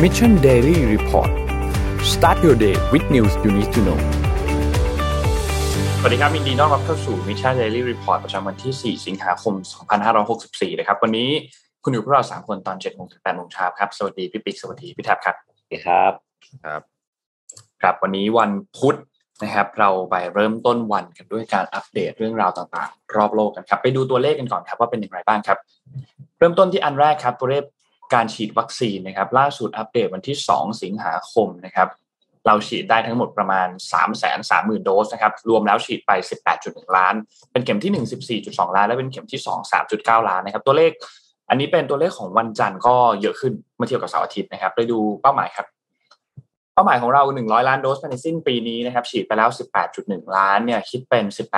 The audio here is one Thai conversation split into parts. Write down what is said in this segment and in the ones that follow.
Mission Daily Report Start your day with news you need to know สวัสดีครับยินดีต้อนรับเข้าสู่ Mission Daily Report ประจำวันที่4สิงหาคม2564นะครับวันนี้คุณอยู่พวกเรา3คนตอน 7:00 น. ถึง 8:00 น. เช้าครับสวัสดีพี่ปิ๊กสวัสดีพี่แท็บครับสวัสดีครับครับวันนี้วันพุธนะครับเราไปเริ่มต้นวันกันด้วยการอัปเดตเรื่องราวต่างๆรอบโลกกันครับไปดูตัวเลขกันก่อนครับว่าเป็นอย่างไรบ้างครับเริ่มต้นที่อันแรกครับตัวเลขการฉีดวัคซีนนะครับล่าสุดอัปเดตวันที่2สิงหาคมนะครับเราฉีดได้ทั้งหมดประมาณ 330,000 โดสนะครับรวมแล้วฉีดไป 18.1 ล้านเป็นเข็มที่ 1 14.2 ล้านและเป็นเข็มที่2 3.9 ล้านนะครับตัวเลขอันนี้เป็นตัวเลขของวันจันทร์ก็เยอะขึ้นเมื่อเทียบกับเสาร์อาทิตย์นะครับไปดูเป้าหมายครับเป้าหมายของเรา100ล้านโดสภายในสิ้นปีนี้นะครับฉีดไปแล้ว 18.1 ล้านเนี่ยคิดเป็น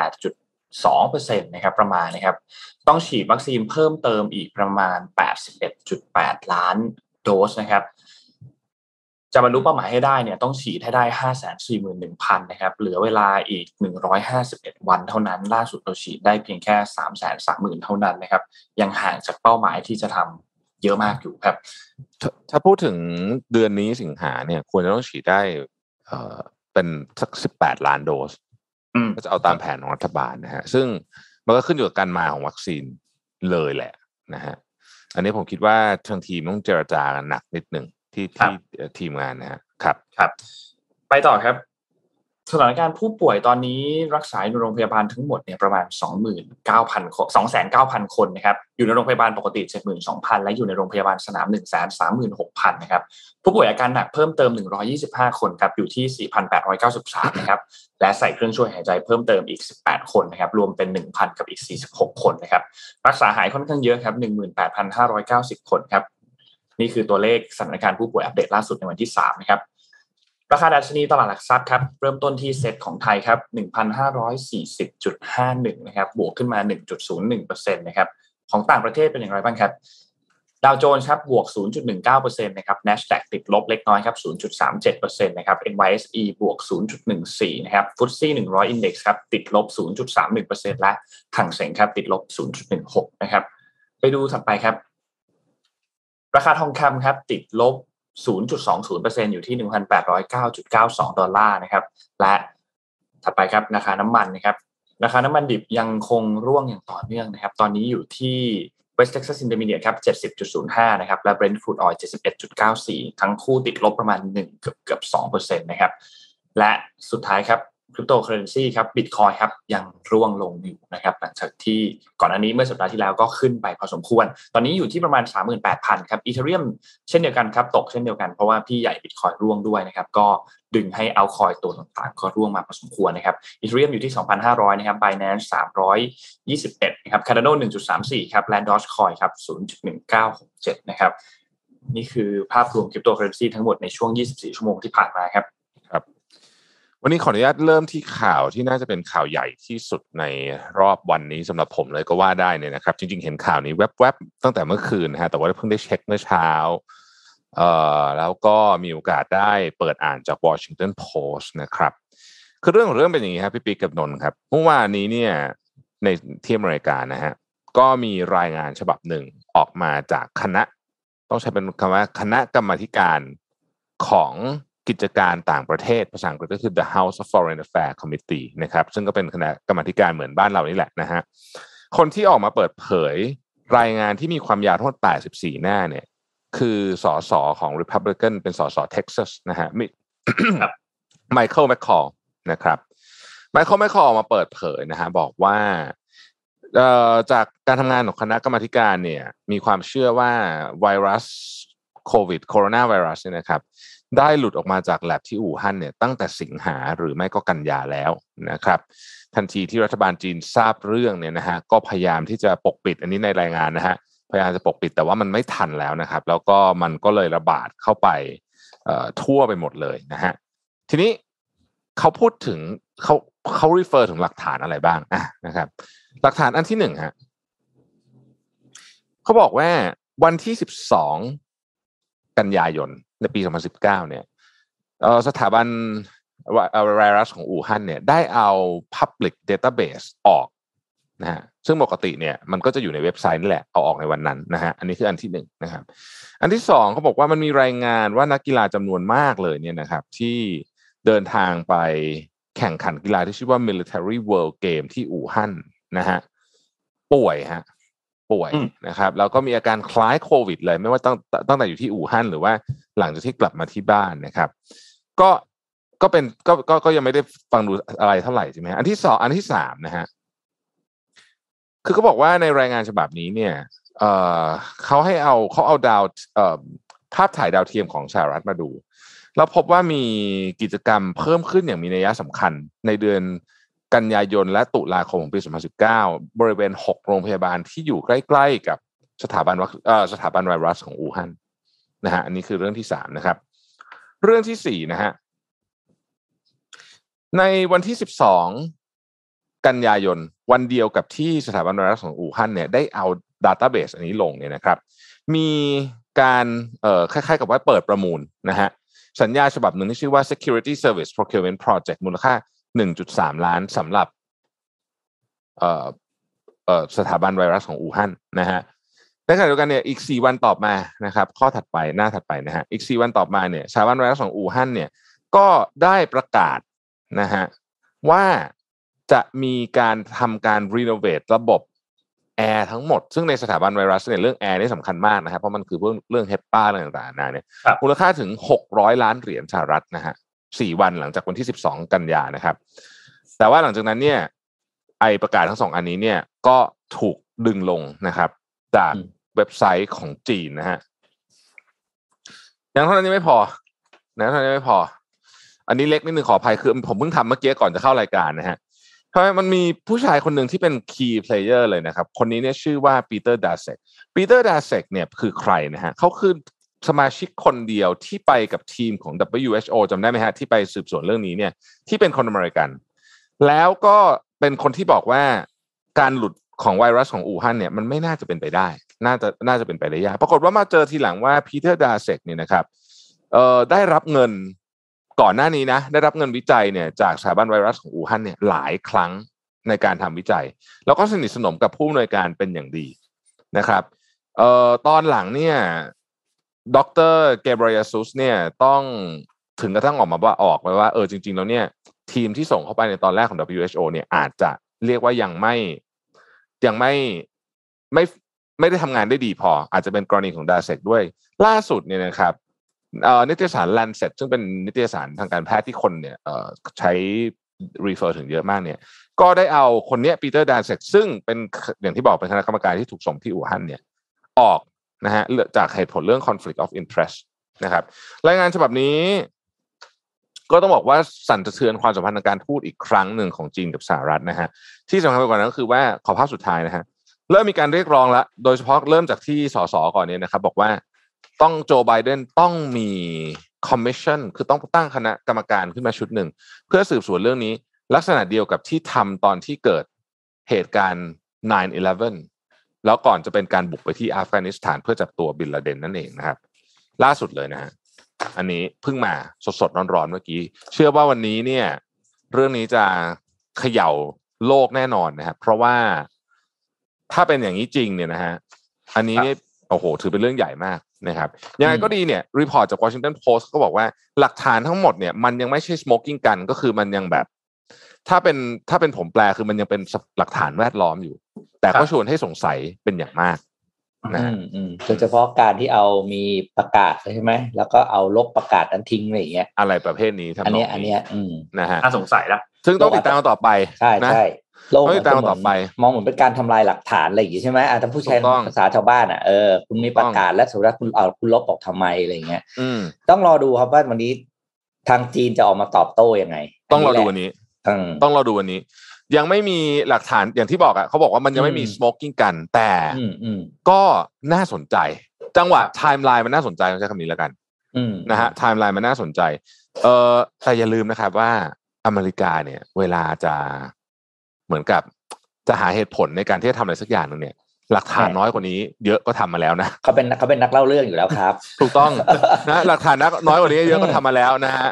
18.2% นะครับประมาณนะครับต้องฉีดวัคซีนเพิ่มเติมอีกประมาณ 81.8 ล้านโดสนะครับจะบรรลุเป้าหมายให้ได้เนี่ยต้องฉีดให้ได้ 541,000 นะครับเหลือเวลาอีก151วันเท่านั้นล่าสุดเราฉีดได้เพียงแค่ 330,000 เท่านั้นนะครับยังห่างจากเป้าหมายที่จะทำเยอะมากอยู่ครับถ้าพูดถึงเดือนนี้สิงหาเนี่ยควรจะต้องฉีดได้เป็นสัก18ล้านโดสก็จะเอาตามแผนของรัฐบาลนะฮะซึ่งมันก็ขึ้นอยู่กับการมาของวัคซีนเลยแหละนะฮะอันนี้ผมคิดว่าทางทีมต้องเจรจากันหนักนิดหนึ่งที่ทีมงานนะฮะครับไปต่อครับสถานการณ์ผู้ป่วยตอนนี้รักษาอยู่ในโรงพยาบาลทั้งหมดเนี่ยประมาณ 29,000 คน 2,900 คนนะครับอยู่ในโรงพยาบาลปกติ 72,000 และอยู่ในโรงพยาบาลสนาม 136,000 นะครับผู้ป่วยอาการหนักเพิ่มเติม125คนครับอยู่ที่ 4,893 นะครับและใส่เครื่องช่วยหายใจเพิ่มเติมอีก18คนนะครับรวมเป็น 1,000 กับอีก46คนนะครับรักษาหายค่อนข้างเยอะครับ 18,590 คนครับนี่คือตัวเลขสถานการณ์ผู้ป่วยอัปเดตล่าสุดในวันที่3นะครับราคาดัชนีตลาดหลักทรัพย์ครับเริ่มต้นที่เซ็ตของไทยครับ 1,540.51 นะครับบวกขึ้นมา 1.01% นะครับของต่างประเทศเป็นอย่างไรบ้างครับดาวโจนส์ครับบวก 0.19% นะครับ NASDAQ ติดลบเล็กน้อยครับ 0.37% นะครับ NYSE บวก 0.14 นะครับ FTSE 100 Index ครับติดลบ 0.31% และหั่งเส็งครับติดลบ 0.16 นะครับไปดูถัดไปครับราคาทองคำครับติดลบ 0.20% อยู่ที่ 1,809.92 ดอลลาร์นะครับและถัดไปครับราคาน้ำมันนะครับราคาน้ำมันดิบยังคงร่วงอย่างต่อเนื่องนะครับตอนนี้อยู่ที่ West Texas Intermediate ครับ 70.05 นะครับและ Brent Crude Oil 71.94 ทั้งคู่ติดลบประมาณ1เกือบ 2% นะครับและสุดท้ายครับคริปโตเคอเรนซีครับบิตคอยน์ครับยังร่วงลงอยู่นะครับหลังจากที่ก่อนอันนี้เมื่อสัปดาห์ที่แล้วก็ขึ้นไปพอสมควรตอนนี้อยู่ที่ประมาณ 38,000 ครับอีเธเรียมเช่นเดียวกันครับตกเช่นเดียวกันเพราะว่าพี่ใหญ่บิตคอยน์ร่วงด้วยนะครับก็ดึงให้เอาคอยตัวต่างๆก็ร่วงมาพอสมควรนะครับอีเธเรียมอยู่ที่ 2,500 นะครับ Binance 321นะครับ Cardano 1.34 ครับ และ Dogecoin ครับ 0.1967 นะครับนี่คือภาพรวมคริปโตเคอเรนซีทั้งหมดในช่วง24ชั่วโมงที่ผ่านมาครับวันนี้ขออนุญาตเริ่มที่ข่าวที่น่าจะเป็นข่าวใหญ่ที่สุดในรอบวันนี้สำหรับผมเลยก็ว่าได้เนี่ยนะครับจริงๆเห็นข่าวนี้แวบๆตั้งแต่เมื่อคืนนะฮะแต่ว่าเพิ่งได้เช็คเมื่อเช้าแล้วก็มีโอกาสได้เปิดอ่านจาก Washington Post นะครับคือเรื่องเป็นอย่างนี้ครับพี่ปิ๊กกับนนท์ครับเมื่อวานนี้เนี่ยในที่อเมริกานะฮะก็มีรายงานฉบับหนึ่งออกมาจากคณะต้องใช้เป็นคำว่าคณะกรรมาธิการของกิจการต่างประเทศภาษาอังกฤษก็คือ The House of Foreign Affairs Committee นะครับซึ่งก็เป็นคณะกรรมาธิการเหมือนบ้านเรานี่แหละนะฮะคนที่ออกมาเปิดเผยรายงานที่มีความยาวทั้งหมด84หน้าเนี่ยคือสสของ Republican เป็นสสเท็กซัสนะฮะไมเคิลแมคคอลนะครับไมเคิลแมคคอลออกมาเปิดเผยนะฮะบอกว่าจากการทำงานของคณะกรรมาธิการเนี่ยมีความเชื่อว่าไวรัสโคโรนาไวรัสเนี่ยนะครับได้หลุดออกมาจากแลบที่อู่ฮั่นเนี่ยตั้งแต่สิงหาหรือไม่ก็กันยาแล้วนะครับทันทีที่รัฐบาลจีนทราบเรื่องเนี่ยนะฮะก็พยายามที่จะปกปิดอันนี้ในรายงานนะฮะพยายามจะปกปิดแต่ว่ามันไม่ทันแล้วนะครับแล้วก็มันก็เลยระบาดเข้าไปทั่วไปหมดเลยนะฮะทีนี้เขาพูดถึงเขา refer ถึงหลักฐานอะไรบ้างนะครับหลักฐานอันที่1ฮะเขาบอกว่าวันที่12กันยายนในปี2019เนี่ยสถาบันไวรัสของอู่ฮั่นเนี่ยได้เอา Public Database ออกนะฮะซึ่งปกติเนี่ยมันก็จะอยู่ในเว็บไซต์นี่แหละเอาออกในวันนั้นนะฮะอันนี้คืออันที่1นะครับอันที่2เขาบอกว่ามันมีรายงานว่านักกีฬาจำนวนมากเลยเนี่ยนะครับที่เดินทางไปแข่งขันกีฬาที่ชื่อว่า Military World Game ที่อู่ฮั่นนะฮะป่วยนะครับแล้วก็มีอาการคล้ายโควิดเลยไม่ว่าตั้งแต่อยู่ที่อู่ฮั่นหรือว่าหลังจากที่กลับมาที่บ้านนะครับก็เป็นก็ยังไม่ได้ฟังดูอะไรเท่าไหร่ใช่ไหมอันที่2อันที่3นะฮะคือเขาบอกว่าในรายงานฉบับนี้เนี่ยเขาเอาดาวภาพถ่ายดาวเทียมของสหรัฐมาดูแล้วพบว่ามีกิจกรรมเพิ่มขึ้นอย่างมีนัยสำคัญในเดือนกันยายนและตุลาคมของปี 2019 บริเวณ6โรงพยาบาลที่อยู่ใกล้ๆกับสถาบันไวรัสของอู่ฮั่นนะฮะอันนี้คือเรื่องที่3นะครับเรื่องที่4นะฮะในวันที่12กันยายนวันเดียวกับที่สถาบันไวรัสของอู่ฮั่นเนี่ยได้เอาดาต้าเบสอันนี้ลงเนี่ยนะครับมีการคล้ายๆกับว่าเปิดประมูลนะฮะสัญญาฉบับหนึ่งที่ชื่อว่า Security Service Procurement Project มูลค่า 1.3 ล้านสำหรับสถาบันไวรัสของอู่ฮั่นนะฮะในขณะเดียวกันเนี่ยอีก4วันต่อมานะครับข้อถัดไปหน้าถัดไปนะฮะอีก4วันต่อมาเนี่ยสถาบันไวรัสของอู่ฮั่นเนี่ยก็ได้ประกาศนะฮะว่าจะมีการทำการรีโนเวทระบบแอร์ทั้งหมดซึ่งในสถาบันไวรัสเนี่ยเรื่องแอร์นี่สำคัญมากนะครับเพราะมันคือเรื่องเฮปปาอะไรต่างๆเนี่ยมูลค่าถึง$600 ล้านสหรัฐนะฮะ4วันหลังจากวันที่12กันยานะครับแต่ว่าหลังจากนั้นเนี่ยไอประกาศทั้ง2อันนี้เนี่ยก็ถูกดึงลงนะครับจากเว็บไซต์ของจีนนะฮะอย่างเท่านั้นยังไม่พออันนี้เล็กนิดนึงขออภัยคือผมเพิ่งทำเมื่อกี้ก่อนจะเข้ารายการนะฮะเพราะมันมีผู้ชายคนหนึ่งที่เป็น key player เลยนะครับคนนี้เนี่ยชื่อว่าปีเตอร์ดาเซกเนี่ยคือใครนะฮะเขาคือสมาชิกคนเดียวที่ไปกับทีมของ WHO จำได้ไหมฮะที่ไปสืบสวนเรื่องนี้เนี่ยที่เป็นคนอเมริกันแล้วก็เป็นคนที่บอกว่าการหลุดของไวรัสของอู่ฮั่นเนี่ยมันไม่น่าจะเป็นไปได้น่าจะเป็นไปได้ยากปรากฏว่ามาเจอทีหลังว่าปีเตอร์ดาเซกเนี่ยนะครับได้รับเงินก่อนหน้านี้นะได้รับเงินวิจัยเนี่ยจากสถาบันไวรัสของอู่ฮั่นเนี่ยหลายครั้งในการทำวิจัยแล้วก็สนิทสนมกับผู้อำนวยการเป็นอย่างดีนะครับตอนหลังเนี่ยดร.เกเบรียซุสเนี่ยต้องถึงกระทั่งออกมาว่าจริงๆแล้วเนี่ยทีมที่ส่งเข้าไปในตอนแรกของ WHO เนี่ยอาจจะเรียกว่ายังไม่ได้ทำงานได้ดีพออาจจะเป็นกรณีของดาเซกด้วยล่าสุดเนี่ยนะครับนิตยสาร Lancet ซึ่งเป็นนิตยสารทางการแพทย์ที่คนเนี่ยใช้ refer ถึงเยอะมากเนี่ยก็ได้เอาคนเนี้ยปีเตอร์ดาเซกซึ่งเป็นอย่างที่บอกเป็นคณะกรรมการที่ถูกส่งที่อู่ฮั่นเนี่ยออกนะฮะจากเหตุผลเรื่อง conflict of interest นะครับรายงานฉบับนี้ก็ต้องบอกว่าสั่นสะเทือนความสัมพันธ์ทางการทูตอีกครั้งหนึ่งของจีนกับสหรัฐนะฮะที่สำคัญไปกว่านั้นก็คือว่าขอภาพสุดท้ายนะฮะเริ่มมีการเรียกร้องแล้วโดยเฉพาะเริ่มจากที่สสก่อนเนี่ยนะครับบอกว่าต้องโจไบเดนต้องมีคอมมิชชั่นคือต้องตั้งคณะกรรมการขึ้นมาชุดหนึ่งเพื่อสืบสวนเรื่องนี้ลักษณะเดียวกับที่ทำตอนที่เกิดเหตุการณ์ 9/11 แล้วก่อนจะเป็นการบุกไปที่อัฟกานิสถานเพื่อจับตัวบินลาเดนนั่นเองนะครับล่าสุดเลยนะฮะอันนี้เพิ่งมาสดๆร้อนๆเมื่อกี้เชื่อว่าวันนี้เนี่ยเรื่องนี้จะเขย่าโลกแน่นอนนะครับเพราะว่าถ้าเป็นอย่างนี้จริงเนี่ยนะฮะอันนี้โอ้โหถือเป็นเรื่องใหญ่มากนะครับยังไงก็ดีเนี่ยรีพอร์ตจาก Washington Post ก็บอกว่าหลักฐานทั้งหมดเนี่ยมันยังไม่ใช่ smoking gun ก็คือมันยังแบบถ้าเป็นผมแปลคือมันยังเป็นหลักฐานแวดล้อมอยู่แต่ก็ชวนให้สงสัยเป็นอย่างมากนะโดยเฉพาะการที่เอามีประกาศใช่ไหมแล้วก็เอาลบประกาศนั้นทิ้งอะไรอย่างเงี้ยอะไรประเภทนี้อันนี้นะฮะน่าสงสัยละซึ่งต้องติดตามต่อไปใช่ใช่โลกต่อไปมองเหมือนเป็นการทำลายหลักฐานอะไรอย่างงี้ใช่ไหมถ้าผู้ใช้ภาษาชาวบ้านคุณมีประกาศและสุดท้ายคุณลบออกทำไมอะไรอย่างเงี้ยต้องรอดูครับว่าวันนี้ทางจีนจะออกมาตอบโต้ยังไงต้องรอดูวันนี้ยังไม่มีหลักฐานอย่างที่บอกเขาบอกว่ามันยังไม่มี smoking gun แต่ก็น่าสนใจจังหวะไทม์ไลน์มันน่าสนใจใช้คำนี้แล้วกันนะฮะไทม์ไลน์มันน่าสนใจแต่อย่าลืมนะครับว่าอเมริกาเนี่ยเวลาจะเหมือนกับจะหาเหตุผลในการที่จะทำอะไรสักอย่างนึงเนี่ยหลักฐานน้อยกว่านี้เยอะก็ทำมาแล้วนะเขาเป็นนักเล่าเรื่องอยู่แล้วครับถูกต้องนะหลักฐานน้อยกว่านี้เยอะก็ทำมาแล้วนะฮะ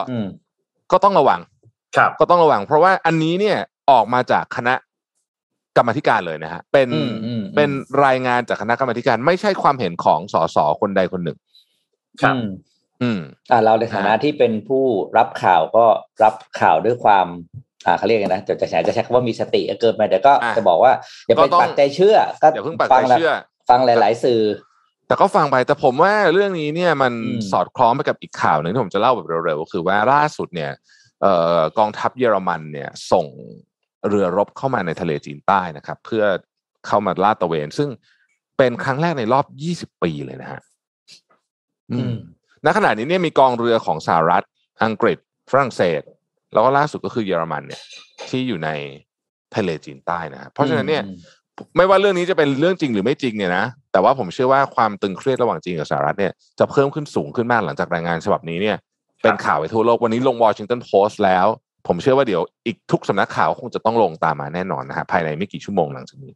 ก็ต้องระวังครับก็ต้องระวังเพราะว่าอันนี้เนี่ยออกมาจากคณะกรรมาธิการเลยนะฮะเป็นรายงานจากคณะกรรมาธิการไม่ใช่ความเห็นของสสคนใดคนหนึ่งครับเราในฐานะที่เป็นผู้รับข่าวก็รับข่าวด้วยความเขาเรียกไงนะจะใช้คำว่ามีสติเกินไปแต่ก็จะบอกว่าอย่าไปปักใจเชื่อก็ฟังหลายๆสื่อแต่ก็ฟังไปแต่ผมว่าเรื่องนี้เนี่ยมันสอดคล้องไปกับอีกข่าวหนึ่งที่ผมจะเล่าแบบเร็วๆก็คือว่าล่าสุดเนี่ยกองทัพเยอรมันเนี่ยส่งเรือรบเข้ามาในทะเลจีนใต้นะครับเพื่อเข้ามาลาดตระเวนซึ่งเป็นครั้งแรกในรอบ20 ปีเลยนะฮะณขณะนี้เนี่ยมีกองเรือของสหรัฐอังกฤษฝรั่งเศสแล้วก็ล่าสุดก็คือเยอรมันเนี่ยที่อยู่ในทะเลจีนใต้นะเพราะฉะนั้นเนี่ยไม่ว่าเรื่องนี้จะเป็นเรื่องจริงหรือไม่จริงเนี่ยนะแต่ว่าผมเชื่อว่าความตึงเครียดระหว่างจีนกับสหรัฐเนี่ยจะเพิ่มขึ้นสูงขึ้นมากหลังจากรายงานฉบับนี้เนี่ยเป็นข่าวไปทั่วโลกวันนี้ลง Washington Post แล้วผมเชื่อว่าเดี๋ยวอีกทุกสำนักข่าวคงจะต้องลงตามมาแน่นอนนะฮะภายในไม่กี่ชั่วโมงหลังจากนี้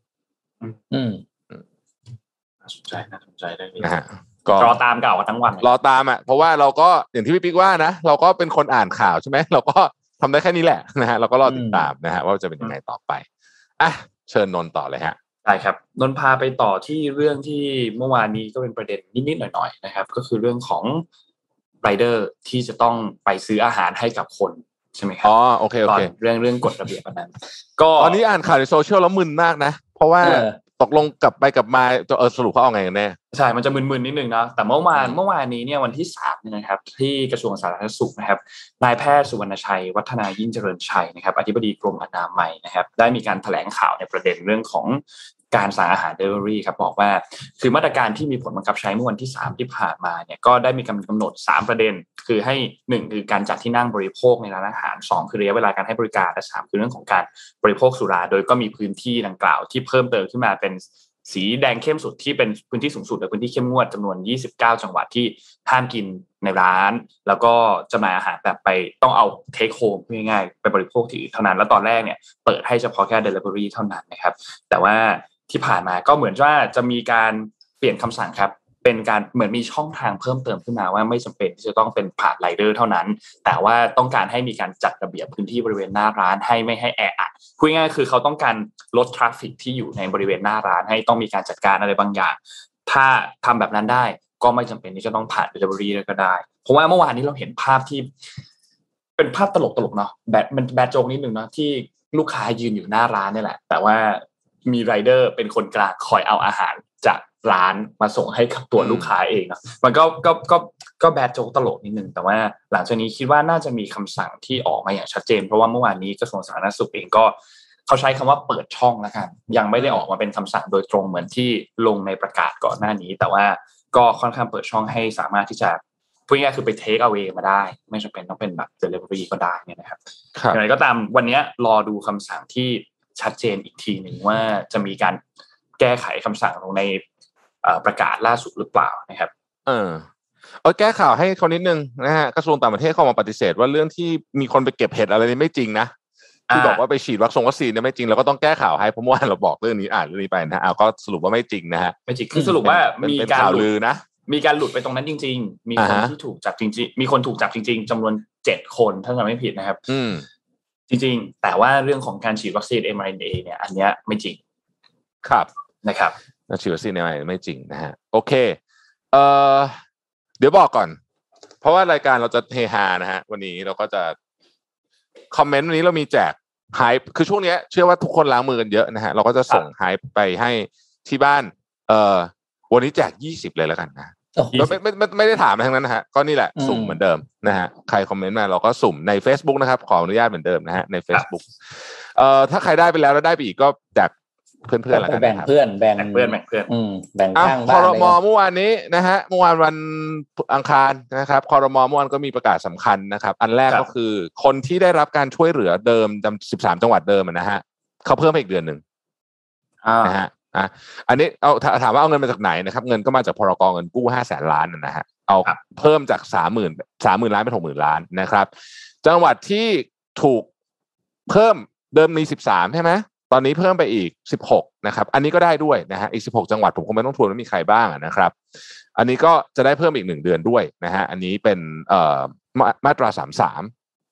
น่าสนใจได้นะฮะก็รอตามข่าวกันทั้งวันรอตามอ่ะเพราะว่าเราก็อย่างที่พี่ปิ๊กว่านะเราก็เป็นคนอ่านข่าวใช่ไหมเราก็ทำได้แค่นี้แหละนะฮะเราก็รอติดตามนะฮะว่าจะเป็นยังไงต่อไปอ่ะเชิญนนท์ต่อเลยฮะได้ครับนนท์พาไปต่อที่เรื่องที่เมื่อวานนี้ก็เป็นประเด็นนิดๆหน่อยๆนะครับก็คือเรื่องของไรเดอร์ที่จะต้องไปซื้ออาหารให้กับคนใช่ไหมครับโอเคเรื่องกฎระเบียบนั้นก็ตอนนี้อ่านข่าวในโซเชียลแล้วมึนมากนะเพราะว่าตกลงกลับไปกลับมาสรุปเขาเอาไงกันแน่ใช่มันจะมึนๆนิดนึงนะแต่เมื่อวานนี้เนี่ยวันที่3เนี่ยนะครับที่กระทรวงสาธารณสุขนะครับนายแพทย์สุวรรณชัยวัฒนายิ่งเจริญชัยนะครับอธิบดีกรมอนามัยนะครับได้มีการแถลงข่าวในประเด็นเรื่องของการสั่งอาหารเดลิเวอรี่ครับบอกว่าคือมาตรการที่มีผลบังคับใช้เมื่อวันที่3ที่ผ่านมาเนี่ยก็ได้มีกำหนด3ประเด็นคือให้1คือการจัดที่นั่งบริโภคในร้านอาหาร2คือระยะเวลาการให้บริการและ3คือเรื่องของการบริโภคสุราโดยก็มีพื้นที่ดังกล่าวที่เพิ่มเติมขึ้นมาเป็นสีแดงเข้มสุดที่เป็นพื้นที่สูงสุดและพื้นที่เข้มงวดจำนวน29จังหวัดที่ห้ามกินในร้านแล้วก็จำหน่ายอาหารแบบไปต้องเอาเทคโฮมง่ายๆไปบริโภคที่อื่นเท่านั้นแล้วตอนแรกเนี่ยเปิดให้เฉพาะแค่ delivery เท่านั้นนะครับแต่ว่าที่ผ่านมาก็เหมือนว่าจะมีการเปลี่ยนคำสั่งครับเป็นการเหมือนมีช่องทางเพิ่มเติมขึ้นมาว่าไม่จำเป็นที่จะต้องเป็นผ่านไรเดอร์เท่านั้นแต่ว่าต้องการให้มีการจัดระเบียบพื้นที่บริเวณหน้าร้านให้ไม่ให้แออัดพูดง่ายๆคือเขาต้องการลดทราฟฟิกที่อยู่ในบริเวณหน้าร้านให้ต้องมีการจัดการอะไรบางอย่างถ้าทำแบบนั้นได้ก็ไม่จำเป็นที่จะต้องผ่าน delivery ก็ได้เพราะว่าเมื่อวานนี้เราเห็นภาพที่เป็นภาพตลกๆเนาะแบดโจกนิดนึงเนาะที่ลูกค้ายืนอยู่หน้าร้านนี่แหละแต่ว่ามีไรเดอร์เป็นคนกลางคอยเอาอาหารจากร้านมาส่งให้กับตัวลูกค้าเองนะมันก็แบดโจ๊กตลกนิดนึงแต่ว่าหลังจากนี้คิดว่าน่าจะมีคำสั่งที่ออกมาอย่างชัดเจนเพราะว่าเมื่อวานนี้กระทรวงสาธารณสุขเองก็เขาใช้คำว่าเปิดช่องแล้วกันยังไม่ได้ออกมาเป็นคำสั่งโดยตรงเหมือนที่ลงในประกาศก่อนหน้านี้แต่ว่าก็ค่อนข้างเปิดช่องให้สามารถที่จะพูดง่ายๆคือไปเทคเอาเวมาได้ไม่จำเป็นต้องเป็นแบบ delivery ก็ได้เนี่ยนะครับอย่างไรก็ตามวันนี้รอดูคำสั่งที่ชัดเจนอีกทีหนึ่งว่าจะมีการแก้ไขคำสั่งลงในประกาศล่าสุดหรือเปล่านะครับแก้ข่าวให้เขานิดนึงนะฮะกระทรวงต่างประเทศเข้ามาปฏิเสธว่าเรื่องที่มีคนไปเก็บเห็ดอะไรนี่ไม่จริงนะที่บอกว่าไปฉีดวัคซีนเนี่ยไม่จริงเราก็ต้องแก้ข่าวให้เพราะว่าเราบอกเรื่องนี้เรื่องนี้ไปนะก็สรุปว่าไม่จริงนะฮะไม่จริงคือสรุปว่ามีการข่าวลือนะมีการหลุดไปตรงนั้นจริงๆมีคนที่ถูกจับจริงๆมีคนถูกจับจริงๆจำนวน7คนถ้าจำไม่ผิดนะครับจริงๆแต่ว่าเรื่องของการฉีดวัคซีน mRNA เนี่ยอันเนี้ยไม่จริงครับนะครับฉีดวัคซีน mRNA ไม่จริงนะฮะโอเคเดี๋ยวบอกก่อนเพราะว่ารายการเราจะเฮฮานะฮะวันนี้เราก็จะคอมเมนต์วันนี้เรามีแจกไฮป์คือช่วงนี้เชื่อว่าทุกคนล้างมือกันเยอะนะฮะเราก็จะส่งไฮป์ไปให้ที่บ้านวันนี้แจก20เลยแล้วกันนะไม่ได้ถามอะไรทั้งนั้นนะฮะก็นี่แหละสุ่มเหมือนเดิมนะฮะใครคอมเมนต์มาเราก็สุ่มใน Facebook นะครับขออนุญาตเหมือนเดิมนะฮะใน Facebook ถ้าใครได้ไปแล้วได้ไปอีกก็แจกเพื่อนๆแล้วกันแบ่งเพื่อนแบ่งข้างบ้านครม.เมื่อวานนี้นะฮะเมื่อวานวันอังคารนะครับครม.เมื่อวานก็มีประกาศสำคัญนะครับอันแรกก็คือคนที่ได้รับการช่วยเหลือเดิม13จังหวัดเดิมนะฮะเขาเพิ่มอีกเดือนนึงนะฮะอันนี้เอาถามว่าเอาเงินมาจากไหนนะครับเงินก็มาจากพรก.เงินกู้500,000 ล้านนะฮะเอาเพิ่มจาก30,000 ล้านเป็น 60,000 ล้านนะครับจังหวัดที่ถูกเพิ่มเดิมมี13ใช่ไหมตอนนี้เพิ่มไปอีก16นะครับอันนี้ก็ได้ด้วยนะฮะอีก16จังหวัดผมคงไม่ต้องทวนว่ามีใครบ้างนะครับอันนี้ก็จะได้เพิ่มอีก1เดือนด้วยนะฮะอันนี้เป็นมาตรา33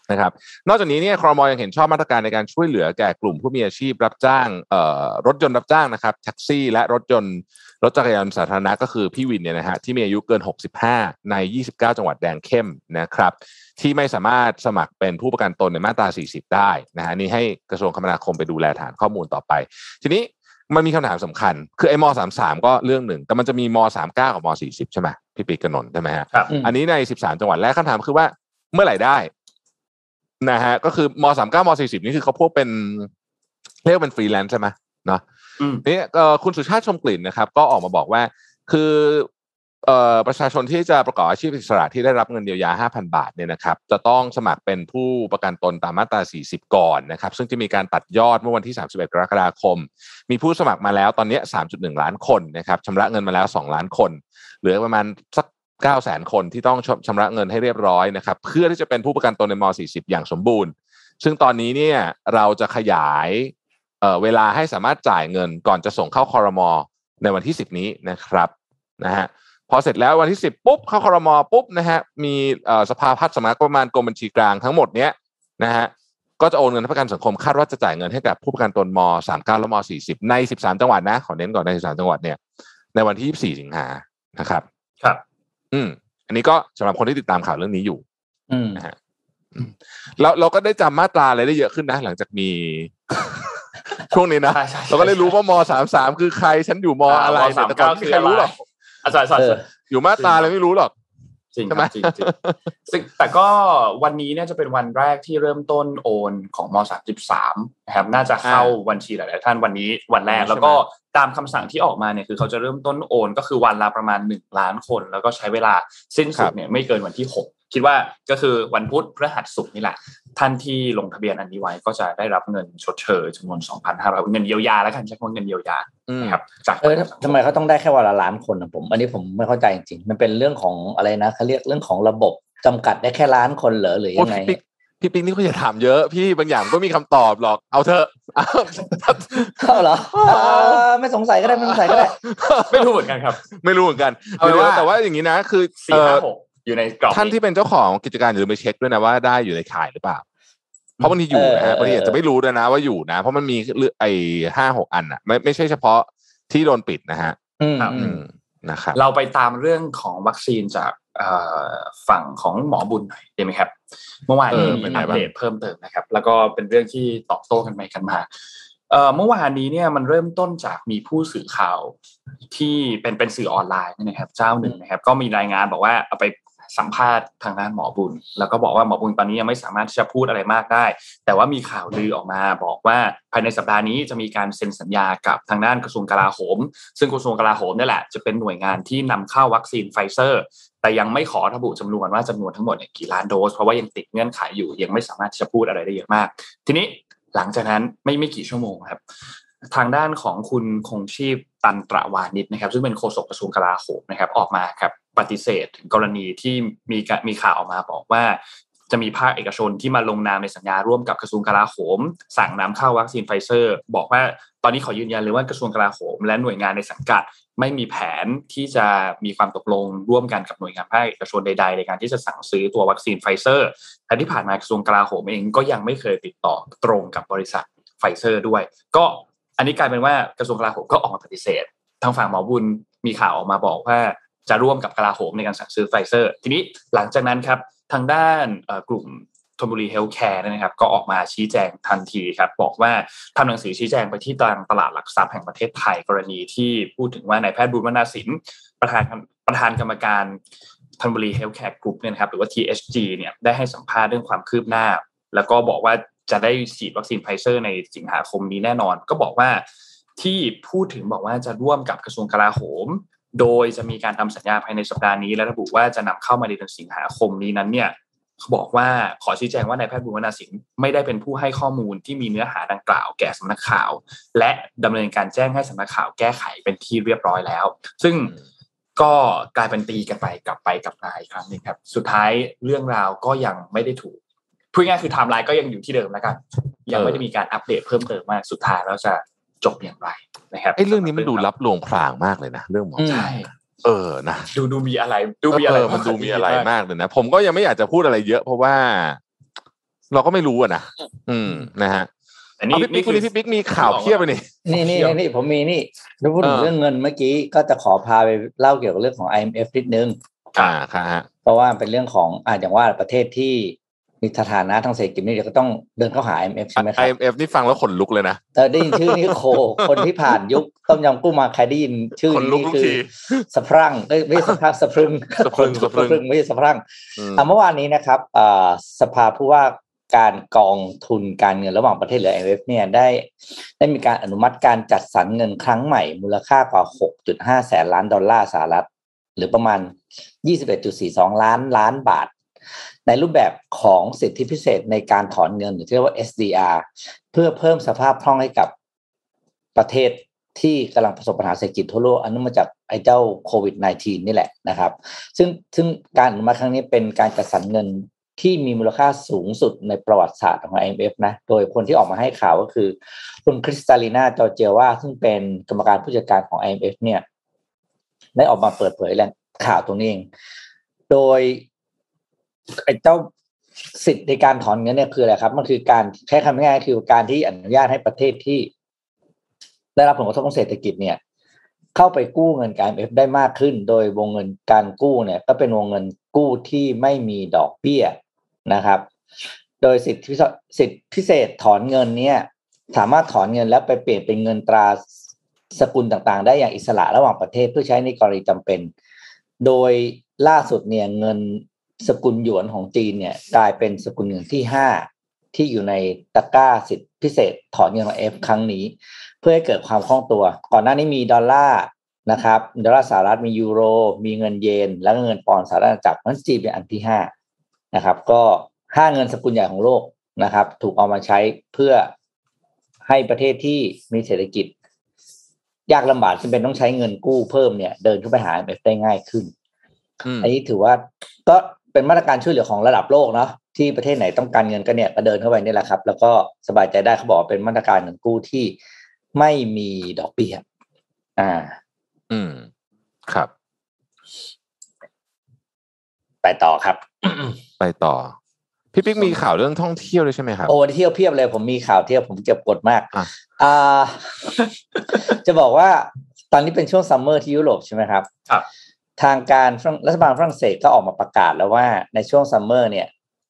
นะครับนอกจากนี้เนี่ยครม.ยังเห็นชอบมาตรการในการช่วยเหลือแก่กลุ่มผู้มีอาชีพรับจ้างรถยนต์รับจ้างนะครับแท็กซี่และรถจักรยานสาธารณะก็คือพี่วินเนี่ยนะฮะที่มีอายุเกิน65ใน29จังหวัดแดงเข้มนะครับที่ไม่สามารถสมัครเป็นผู้ประกันตนในมาตรา40ได้นะฮะนี่ให้กระทรวงคมนาคมไปดูแลฐานข้อมูลต่อไปทีนี้มันมีคำถามสำคัญคือไอ้ม.33ก็เรื่องหนึ่งแต่มันจะมีม.39กับม.40ใช่ไหมพี่ปีกนนท์ใช่ไหมฮะอันนี้ใน13จังหวัดแรกคำถามคือว่าเมื่อไหร่ได้นะฮะก็คือม.39ม.40นี่คือเขาพวกเป็นเรียกเป็นฟรีแลนซ์ใช่ไหมเนาะนี่คุณสุชาติชมกลิ่นนะครับก็ออกมาบอกว่าคือประชาชนที่จะประกอบอาชีพอิสระที่ได้รับเงินเยียวยา 5,000 บาทเนี่ยนะครับจะต้องสมัครเป็นผู้ประกันตนตามมาตรา40ก่อนนะครับซึ่งจะมีการตัดยอดเมื่อวันที่31กรกฎาคมมีผู้สมัครมาแล้วตอนนี้ 3.1 ล้านคนนะครับชำระเงินมาแล้ว2ล้านคนเหลือประมาณสัก900,000 คนที่ต้องชำระเงินให้เรียบร้อยนะครับเพื่อที่จะเป็นผู้ประกันตนในม.40อย่างสมบูรณ์ซึ่งตอนนี้เนี่ยเราจะขยายเวลาให้สามารถจ่ายเงินก่อนจะส่งเข้าครม.ในวันที่10นี้นะครับนะฮะพอเสร็จแล้ววันที่10ปุ๊บเข้าครม.ปุ๊บนะฮะมีสภาพัฒน์สำนักประมาณกรมบัญชีกลางทั้งหมดเนี้ยนะฮะก็จะโอนเงินให้ประกันสังคมคาดว่าจะจ่ายเงินให้กับผู้ประกันตนม.39และม.40ใน13จังหวัดนะขอเน้นก่อนใน13จังหวัดเนี่ยในวันที่24สิงหานะครับครับอันนี้ก็สำหรับคนที่ติดตามข่าวเรื่องนี้อยู่นะฮะเราก็ได้จำมาตราอะไรได้เยอะขึ้นนะหลังจากมีช่วงนี้นะเราก็ได้รู้ว่าม.33คือใครฉันอยู่ม.อะไรแต่ก่อนไม่มีใครรู้หรอกอยู่มาตราอะไรไม่รู้หรอกจริงครับจริงแต่ก็วันนี้เนี่ยจะเป็นวันแรกที่เริ่มต้นโอนของม.33นะครับน่าจะเข้าบัญชีหลายๆท่านวันนี้วันแรกแล้วก็ตามคำสั่งที่ออกมาเนี่ยคือเขาจะเริ่มต้นโอนก็คือวันละประมาณ1ล้านคนแล้วก็ใช้เวลาสิ้นสุดเนี่ยไม่เกินวันที่6คิดว่าก็คือวันพุธพฤหัสศุกร์นี่แหละท่านที่ลงทะเบียนอันนี้ไว้ก็จะได้รับเงินชดเชยจำนวน 2,500 เงินเยียวยาแล้วกันใช้คำว่าเงินเยียวยานะครับจากทำไมเขาต้องได้แค่วันละล้านคนนะผมอันนี้ผมไม่เข้าใจจริงๆมันเป็นเรื่องของอะไรนะเขาเรียกเรื่องของระบบจำกัดได้แค่ล้านคนเหรอหรือยังไงพี่ปิ๊กนี่ก็อย่าถามเยอะพี่บางอย่างก็มีคำตอบหรอกเอาเถอะเข้าเหรอไม่สงสัยก็ได้ไม่สงสัยก็ได้ไม่รู้เหมือนกันครับไม่รู้เหมือนกันแต่ว่าอย่างนี้นะคือ 4-5-6อยู่ในกรอบท่านที่เป็นเจ้าของกิจการอย่าลืมไปเช็คด้วยนะว่าได้อยู่ในข่ายหรือเปล่าเพราะบางทีอยู่นะฮะบางทีอาจจะไม่รู้ด้วยนะว่าอยู่นะเพราะมันมีไอ้5-6 อันอ่ะไม่ใช่เฉพาะที่โดนปิดนะฮะนะครับเราไปตามเรื่องของวัคซีนจากฝั่งของหมอบุญหน่อยได้ไหมครับเมื่อวานนี้มีอัปเดตเพิ่มเติมนะครับแล้วก็เป็นเรื่องที่ตอบโต้กันไปกันมาเมื่อวานนี้เนี่ยมันเริ่มต้นจากมีผู้สื่อข่าวที่เป็นสื่อออนไลน์นะครับเจ้าหนึ่งนะครับก็มีรายงานบอกว่าเอาไปสัมภาษณ์ทางด้านหมอบุญแล้วก็บอกว่าหมอบุญตอนนี้ยังไม่สามารถที่จะพูดอะไรมากได้แต่ว่ามีข่าวลือออกมาบอกว่าภายในสัปดาห์นี้จะมีการเซ็นสัญญากับทางด้านกระทรวงกลาโหมซึ่งกระทรวงกลาโหมนี่แหละจะเป็นหน่วยงานที่นำเข้าวัคซีนไฟเซอร์แต่ยังไม่ขอระบุจำนวนว่าจำนวนทั้งหมดกี่ล้านโดสเพราะว่ายังติดเงื่อนไขอยู่ยังไม่สามารถจะพูดอะไรได้เยอะมากทีนี้หลังจากนั้นไม่กี่ชั่วโมงครับทางด้านของคุณคงชีพตันตระวานิชนะครับซึ่งเป็นโฆษกกระทรวงกลาโหมนะครับออกมาครับปฏิเสธถึงกรณีที่มีข่าวออกมาบอกว่าจะมีภาคเอกชนที่มาลงนามในสัญญาร่วมกับกระทรวงกลาโหมสั่งนำเข้าวัคซีนไฟเซอร์บอกว่าตอนนี้ขอยืนยันเลยว่ากระทรวงกลาโหมและหน่วยงานในสังกัดไม่มีแผนที่จะมีความตกลงร่วมกันกับหน่วยงานภาคเอกชนใดๆในการที่จะสั่งซื้อตัววัคซีนไฟเซอร์แต่ที่ผ่านมากระทรวงกลาโหมเองก็ยังไม่เคยติดต่อตรงกับบริษัทไฟเซอร์ด้วยก็อันนี้กลายเป็นว่ากระทรวงกลาโหมก็ออกมาปฏิเสธทางฝั่งหมอบุญมีข่าวออกมาบอกว่าจะร่วมกับกลาโหมในการสั่งซื้อไฟเซอร์ทีนี้หลังจากนั้นครับทางด้านกลุ่มธนบุรีเฮลท์แคร์นะครับก็ออกมาชี้แจงทันทีครับบอกว่าทำหนังสือชี้แจงไปที่ตลาดหลักทรัพย์แห่งประเทศไทยกรณีที่พูดถึงว่านายแพทย์บุญวรรณสินประธานกรรมการธนบุรีเฮลท์แคร์กรุ๊ปเนี่ยนะครับหรือว่า THG เนี่ยได้ให้สัมภาษณ์เรื่องความคืบหน้าแล้วก็บอกว่าจะได้ฉีดวัคซีนไฟเซอร์ในสิงหาคมนี้แน่นอนก็บอกว่าที่พูดถึงบอกว่าจะร่วมกับกระทรวงกลาโหมโดยจะมีการทำสัญญาภายในสัปดาห์นี้และระบุว่าจะนำเข้ามาในเดือนสิงหาคมนี้นั้นเนี่ยเขาบอกว่าขอชี้แจงว่านายแพทย์บุญวรรณสินไม่ได้เป็นผู้ให้ข้อมูลที่มีเนื้อหาดังกล่าวแก่สำนักข่าวและดำเนินการแจ้งให้สำนักข่าวแก้ไขเป็นที่เรียบร้อยแล้วซึ่งก็กลายเป็นตีกันไปกลับมาอีกครั้งนึงครับสุดท้ายเรื่องราวก็ยังไม่ได้ถูกพูดง่ายคือไทม์ไลน์ก็ยังอยู่ที่เดิมแล้วกันยังไม่ได้มีการอัปเดตเพิ่มเติมมากสุดท้ายแล้วจะจบอย่างไรนะครับเรื่องนี้มันดูลับลวงพรางมากเลยนะเรื่องหมอใช่นะดูมีอะไรมันดูมีอะไรมากเลยนะผมก็ยังไม่อยากจะพูดอะไรเยอะเพราะว่าเราก็ไม่รู้นะนะฮะอันนี้พี่ปิ๊กมีข่าวเพียบเลยนี่ผมมีนี่ถ้าพูดถึงเรื่องเงินเมื่อกี้ก็จะขอพาไปเล่าเกี่ยวกับเรื่องของ IMF นิดนึงครับเพราะว่าเป็นเรื่องของอย่างว่าประเทศที่มีสถานะทางเศรษฐกิจนี่เดี๋ยวก็ต้องเดินเข้าหา IMF ใช่ไหมครับ IMF นี่ฟังแล้วขนลุกเลยนะได้ยินชื่อนี้คนที่ผ่านยุคต้มยำกุ้งมาใครได้ยินชื่อนี้คือสะพรั่งไม่ใช่สะพรั่งสะพรึงไม่ใช่สะพรั่งเมื่อวานนี้นะครับสภาผู้ว่าการกองทุนการเงินระหว่างประเทศหรือ IMF เนี่ยได้มีการอนุมัติการจัดสรรเงินครั้งใหม่มูลค่ากว่า 6.5 แสนล้านดอลลาร์สหรัฐหรือประมาณ 21.42 ล้านบาทในรูปแบบของสิทธิพิเศษในการถอนเงินหรือที่เรียกว่า SDR เพื่อเพิ่มสภาพคล่องให้กับประเทศที่กำลังประสบปัญหาเศรษฐกิจทั่วโลกอันนั้นมาจากไอ้เจ้าโควิด -19 นี่แหละนะครับซึ่งการอนุมัติครั้งนี้เป็นการจัดสรรเงินที่มีมูลค่าสูงสุดในประวัติศาสตร์ของ IMF นะโดยคนที่ออกมาให้ข่าวก็คือคุณคริสตาลีนาจอร์เจียวาซึ่งเป็นกรรมการผู้จัดการของ IMF เนี่ยได้ออกมาเปิดเผยแหล่งข่าวตรงนี้เองโดยไอ้เจ้าสิทธิ์ในการถอนเงินเนี่ยคืออะไรครับมันคือการใช้คำง่ายๆคือการที่อนุญาตให้ประเทศที่ได้รับผลกระทบทางเศรษฐกิจเนี่ยเข้าไปกู้เงินการ IMF ได้มากขึ้นโดยวงเงินการกู้เนี่ยก็เป็นวงเงินกู้ที่ไม่มีดอกเบี้ยนะครับโดยสิทธิพิเศษถอนเงินเนี่ยสามารถถอนเงินแล้วไปเปลี่ยนเป็นเงินตราสกุลต่างๆได้อย่างอิสระระหว่างประเทศเพื่อใช้ในกรณีจำเป็นโดยล่าสุดเนี่ยเงินสกุลหยวนของจีนเนี่ยกลายเป็นสกุลเงินที่5ที่อยู่ในตะกร้าสิทธิพิเศษถอนเงินของ IMF ครั้งนี้เพื่อให้เกิดความคล่องตัวก่อนหน้านี้มีดอลลาร์นะครับดอลลาร์สหรัฐมียูโรมีเงินเยนแล้วก็เงินปอนด์สหรัฐอาณาจักรนั้นจีนเป็นอันที่5นะครับก็5เงินสกุลใหญ่ของโลกนะครับถูกเอามาใช้เพื่อให้ประเทศที่มีเศรษฐกิจยากลำบากจำเป็นต้องใช้เงินกู้เพิ่มเนี่ยเดินเข้าไปหา IMF ได้ง่ายขึ้นอันนี้ถือว่าก็เป็นมาตรการช่วยเหลือของระดับโลกเนาะที่ประเทศไหนต้องการเงินก็เนี่ยก็เดินเข้าไปนี่แหละครับแล้วก็สบายใจได้เขาบอกเป็นมาตรการเงินกู้ที่ไม่มีดอกเบี้ยครับไปต่อครับไปต่อพี่ปิ๊กมีข่าวเรื่องท่องเที่ยวด้วยใช่ไหมครับโอ้เที่ยวเพียบเลยผมมีข่าวเที่ยวผมเก็บกดมากจะบอกว่าตอนนี้เป็นช่วงซัมเมอร์ที่ยุโรปใช่ไหมครับครับทางการรัฐบาลฝรั่งเศสก็ออกมาประกาศแล้วว่าในช่วงซัมเมอร์เนี่ย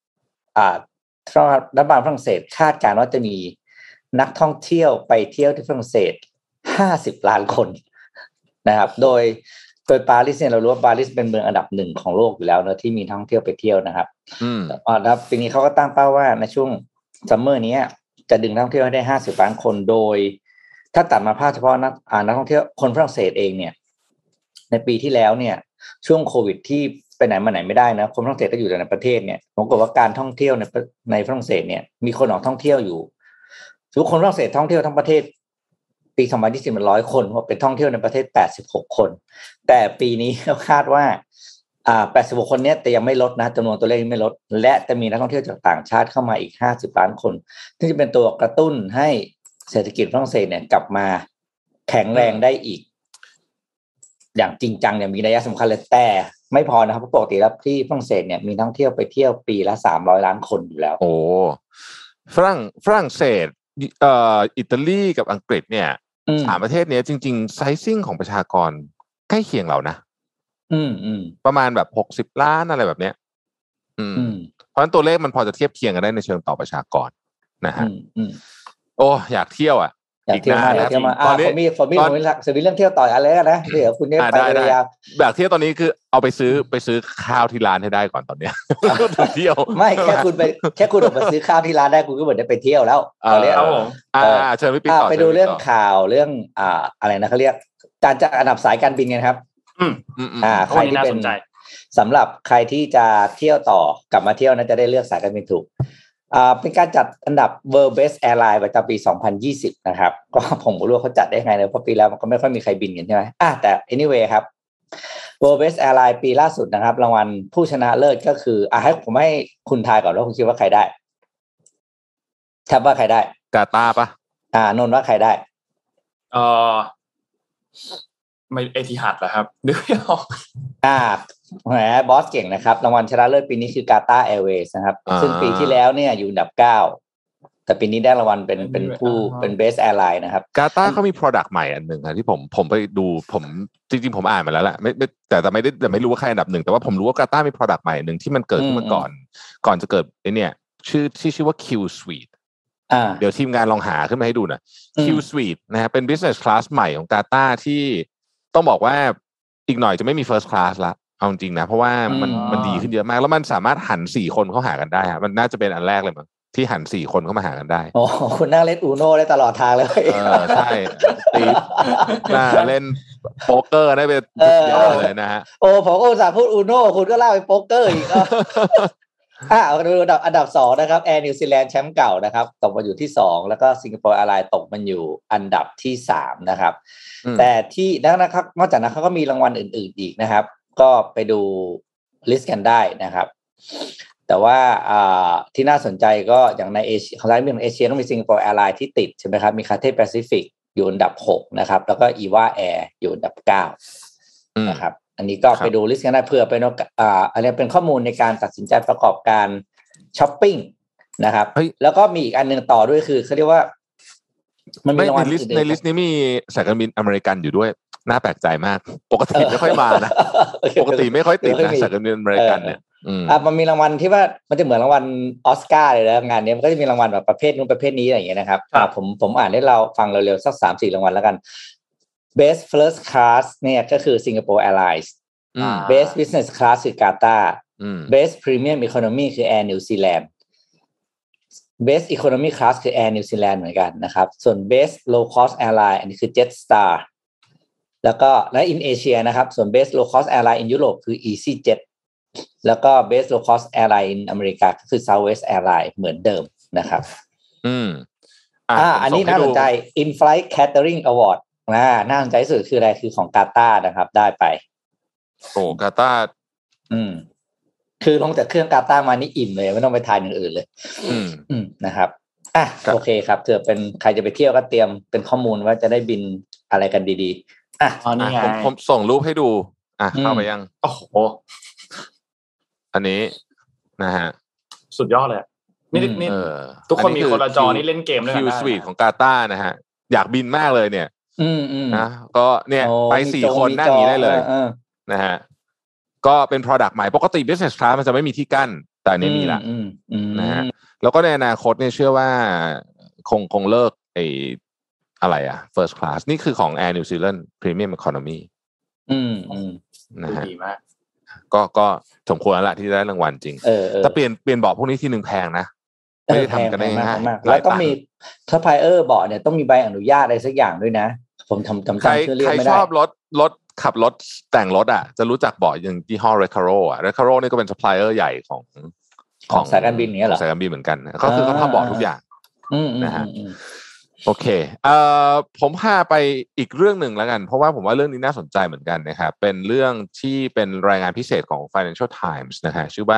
รัฐบาลฝรั่งเศสคาดการณ์ว่าจะมีนักท่องเที่ยวไปเที่ยวที่ฝรั่งเศส50 ล้านคนนะครับโดยปารีสเนี่ยเรารู้ว่าปารีสเป็นเมืองอันดับ1ของโลกอยู่แล้วนะที่มีนักท่องเที่ยวไปเที่ยวนะครับครับปีนี้เขาก็ตั้งเป้าว่าในช่วงซัมเมอร์นี้จะดึงนักท่องเที่ยวให้ได้50 ล้านคนโดยถ้าตัดมาภาพเฉพาะนักท่องเที่ยวคนฝรั่งเศสเองเนี่ยในปีที่แล้วเนี่ยช่วงโควิดที่ไปไหนมาไหนไม่ได้นะคนฝรั่งเศสก็อยู่แต่ในประเทศเนี่ยผมบอกว่าการท่องเที่ยวในฝรั่งเศสเนี่ยมีคนออกท่องเที่ยวอยู่ทุกคนฝรั่งเศสท่องเที่ยวทั้งประเทศปี2020มัน100 คนเป็นท่องเที่ยวในประเทศ86 คนแต่ปีนี้เราคาดว่า86 คนเนี้ยแต่ยังไม่ลดนะจำนวนตัวเลขไม่ลดและจะมีนักท่องเที่ยวจากต่างชาติเข้ามาอีก50 ล้านคนซึ่งจะเป็นตัวกระตุ้นให้เศรษฐกิจฝรั่งเศสเนี่ยกลับมาแข็งแรงได้อีกอย่างจริงจังเนี่ยมีนัยสำคัญเลยแต่ไม่พอนะครับเพราะปกติแล้วที่ฝรั่งเศสเนี่ยมีนักท่องเที่ยวไปเที่ยวปีละ300 ล้านคนอยู่แล้วโอ้ฝรั่งเศสอิตาลีกับอังกฤษเนี่ย3 ประเทศนี้จริงๆไซซิ่งของประชากรใกล้เคียงเรานะประมาณแบบ60 ล้านอะไรแบบเนี้ยเพราะฉะนั้นตัวเลขมันพอจะเทียบเคียงกันได้ในเชิงต่อประชากรนะฮะโอ้อยากเที่ยวอ่ะอยากเที่ยวมาผมมีเรื่องเที่ยวต่ออะไรกันนะเดี๋ยวคุณเนี่ยไปยาวแบบเที่ยวตอนนี้คือเอาไปซื้อข้าวที่ร้านให้ได้ก่อนตอนเนี้ยเที่ยวไม่แค่คุณออกมาซื้อข้าวที่ร้านได้คุณก็เหมือนได้ไปเที่ยวแล้วตอนนี้ครับผมเชิญพี่ปิ๊กต่อไปดูเรื่องข่าวเรื่องอะไรนะเขาเรียกการจัดอันดับสายการบินไงครับใครที่เป็นสำหรับใครที่จะเที่ยวต่อกลับมาเที่ยวนะจะได้เลือกสายการบินถูกเป็นการจัดอันดับ World Best Airline ประจำปี2020นะครับก็ผมไม่รู้ว่าเขาจัดได้ไงเลยเพราะปีแล้วมันก็ไม่ค่อยมีใครบินกันใช่ไหมแต่ anyway ครับ World Best Airline ปีล่าสุดนะครับรางวัลผู้ชนะเลิศก็คือให้ผมให้คุณทายก่อนว่าคุณคิดว่าใครได้แทบว่าใครได้กาตาร์ปะนนท์ว่าใครได้ไม่เอทิฮัดเหรอครับนึกไม่ออกแหมบอสเก่งนะครับรางวัลชนะเลิศปีนี้คือกาตาร์แอร์เวย์นะครับซึ่งปีที่แล้วเนี่ยอยู่อันดับ9แต่ปีนี้ได้รางวัลเป็นผู้เป็นเบสแอร์ไลน์นะครับกาตาร์เขามี product ใหม่อันหนึ่งครับที่ผมไปดูผมจริงๆผมอ่านมาแล้วแหละไม่แต่ไม่รู้ว่าใครอันดับ1แต่ว่าผมรู้ว่ากาตาร์มี product ใหม่นึงที่มันเกิดขึ้นมาก่อนจะเกิดไอ้เนี่ยชื่อว่า Q Suite เดี๋ยวทีมงานลองหาขึ้นมาให้ดูนะ Q Suite นะฮะเป็น business class ใหม่ของกาตาร์ที่ต้องบอกว่าอีกหน่อยจะไม่มี first class ละเอาจริงนะเพราะว่ามันดีขึ้นเยอะมากแล้วมันสามารถหัน4คนเข้าหากันได้ฮะมันน่าจะเป็นอันแรกเลยมั้งที่หัน4คนเข้ามาหากันได้โอ้คุณนั่งเล่นอูโน่ได้ตลอดทางเลยใช่ตีน่าเล่นโป๊กเกอร์ได้เป็นยาวเลยนะฮะโอ้ผมก็อุตส่าห์พูดอูโน่คุณก็เล่าไปโป๊กเกอร์อีกดูอันดับ2นะครับแอร์นิวซีแลนด์แชมป์เก่านะครับตกมาอยู่ที่2แล้วก็สิงคโปร์แอร์ไลน์ตกมาอยู่อันดับที่3นะครับแต่ที่นะครับนอกจากนั้นเขาก็มีรางวัลอื่นๆอีกนะครับก็ไปดูลิสต์กันได้นะครับแต่ว่าที่น่าสนใจก็อย่างในเอเชียของร้านเมืองเอเชียต้องมีสิงคโปร์แอร์ไลน์ที่ติดใช่ไหมครับมีคาเท่แปซิฟิกอยู่อันดับ6นะครับแล้วก็อีวาแอร์อยู่อันดับ9นะครับอันนี้ก็ไปดูลิสต์กันได้เพื่อเป็นอะไรเป็นข้อมูลในการตัดสินใจประกอบการช้อปปิ้งนะครับแล้วก็มีอีกอันนึงต่อด้วยคือเขาเรียกว่ามันมีรางวัลในลิสต์นี้มีสายการบินอเมริกันอยู่ด้วยน่าแปลกใจมากปกติไม่ค่อยมานะปกติไม่ค่อยติดนะสายการบินอเมริกันเนี่ยมันมีรางวัลที่ว่ามันจะเหมือนรางวัลออสการ์เลยนะงานนี้มันก็จะมีรางวัลแบบประเภทนู้นประเภทนี้อะไรอย่างเงี้ยนะครับผมอ่านให้เราฟังเร็วๆสัก 3-4 รางวัลแล้วกัน Best First Class เนี่ยก็คือ Singapore Airlines Best Business Class คือกาตาร์ Best Premium Economy คือ Air New Zealand Best Economy Class คือ Air New Zealand เหมือนกันนะครับส่วน Best Low Cost Airline อันนี้คือ Jetstar แล้วก็และ in Asia นะครับส่วน Best Low Cost Airline in Europe คือ EasyJet แล้วก็ Best Low Cost Airline in America ก็คือ Southwest Airlines เหมือนเดิมนะครับอันนี้น่าสนใจ In-Flight Catering Award น่าสนใจสุดคืออะไรคือของกาตาร์นะครับได้ไปโอ้กาตาร์คือลงจากเครื่องกาตาร์มานี่อิ่มเลยไม่ต้องไปทานอย่างอื่นเลยนะครับโอเคครับเผื่อเป็นใครจะไปเที่ยวก็เตรียมเป็นข้อมูลว่าจะได้บินอะไรกันดีๆนี่ไงผมส่งรูปให้ดูเข้าไปยังโอ้โหอันนี้นะฮะสุดยอดเลยนี่ทุกคนมีคนละจอนี่เล่นเกมด้วยกันคิวสวีทของกาตาร์นะฮะอยากบินมากเลยเนี่ยนะก็เนี่ยไป4คนนั่งอย่างนี้ได้เลยนะฮะก็เป็น product ใหม่ปกติ business class มันจะไม่มีที่กั้นแต่อันนี้มีละนะฮะแล้วก็ในอนาคตเนี่ยเชื่อว่าคงเลิกอะไรfirst class นี่คือของ Air New Zealand Premium Economy นะฮะดีมากก็สมควรแล้วล่ะที่ได้รางวัลจริงแต่เปลี่ยนเบาะพวกนี้ทีนึงแพงนะไม่ได้ทำกันได้ง่ายๆแล้วต้องมีถ้า Prior เบาะเนี่ยต้องมีใบอนุญาตอะไรสักอย่างด้วยนะผมจำชื่อเรียกไม่ได้ใครชอบขับรถแต่งรถจะรู้จักเบาะอย่างยี่ห้อ Recaro Recaro นี่ก็เป็นซัพพลายเออร์ใหญ่ของสายการบินอย่างเงี้ยเหรอสายการบินเหมือนกันก็คือเขาทำเบาะทุกอย่างนะฮะโอเคผมพาไปอีกเรื่องหนึ่งแล้วกันเพราะว่าผมว่าเรื่องนี้น่าสนใจเหมือนกันนะครับเป็นเรื่องที่เป็นรายงานพิเศษของ Financial Times นะฮะชื่อว่า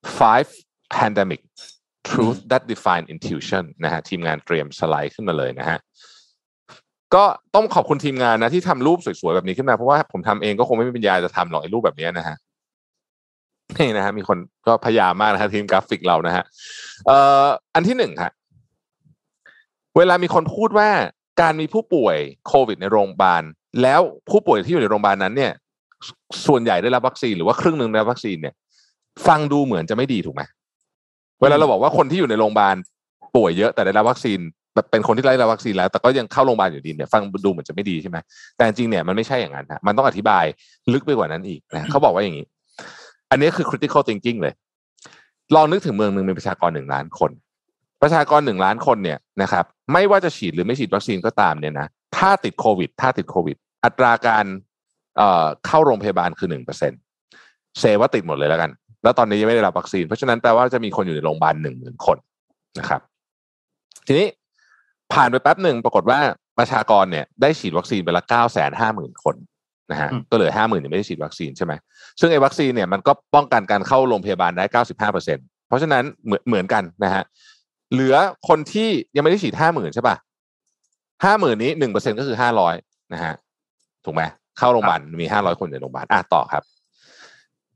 5 Pandemic Truth That Define Intuition นะฮะทีมงานเตรียมสไลด์ขึ้นมาเลยนะฮะก็ต้องขอบคุณทีมงานนะที่ทำรูปสวยๆแบบนี้ขึ้นมาเพราะว่าผมทำเองก็คงไม่มีปัญญาจะทำหรอกไอ้รูปแบบนี้นะฮะนี่นะฮะมีคนก็พยายามมากนะฮะทีมกราฟิกเรานะฮะอันที่1ฮะเวลามีคนพูดว่าการมีผู้ป่วยโควิดในโรงพยาบาลแล้วผู้ป่วยที่อยู่ในโรงพยาบาลนั้นเนี่ยส่วนใหญ่ได้รับวัคซีนหรือว่าครึ่งนึงได้รับวัคซีนเนี่ยฟังดูเหมือนจะไม่ดีถูกไหมเวลาเราบอกว่าคนที่อยู่ในโรงพยาบาลป่วยเยอะแต่ได้รับวัคซีนเป็นคนที่ได้รับวัคซีนแล้วแต่ก็ยังเข้าโรงพยาบาลอยู่ดีเนี่ยฟังดูเหมือนจะไม่ดีใช่ไหมแต่จริงเนี่ยมันไม่ใช่อย่างนั้นนะมันต้องอธิบายลึกไปกว่านั้นอีกนะเขาบอกว่าอย่างนี้อันนี้คือ critical thinking เลยลองนึกถึงเมืองนึงมีประชากร1 ล้านคนประชากร1 ล้านคนเนี่ยนะครับไม่ว่าจะฉีดหรือไม่ฉีดวัคซีนก็ตามเนี่ยนะถ้าติดโควิดอัตราการเข้าโรงพยาบาลคือ 1% เซว่าติดหมดเลยแล้วกันแล้วตอนนี้ยังไม่ได้รับวัคซีนเพราะฉะนั้นแปลว่าจะมีคนอยู่ในโรงพยาบาล 10,000 คนนะครับทีนี้ผ่านไปแป๊บหนึ่งปรากฏว่าประชากรเนี่ยได้ฉีดวัคซีนไปละ 950,000 คนนะฮะก็เหลือ 50,000 ยังไม่ได้ฉีดวัคซีนใช่ไหมซึ่งไอ้วัคซีนเนี่ยมันก็ป้องกันการเข้าโรงพยาบาลได้ 95% เพราะฉะนั้นเหมือนกันนะฮะเหลือคนที่ยังไม่ได้ฉีด 50,000 ใช่ป่ะ 50,000 นี้ 1% ก็คือ500นะฮะถูกไหมเข้าโรงพยาบาลมี500คนในโรงพยาบาลต่อครับ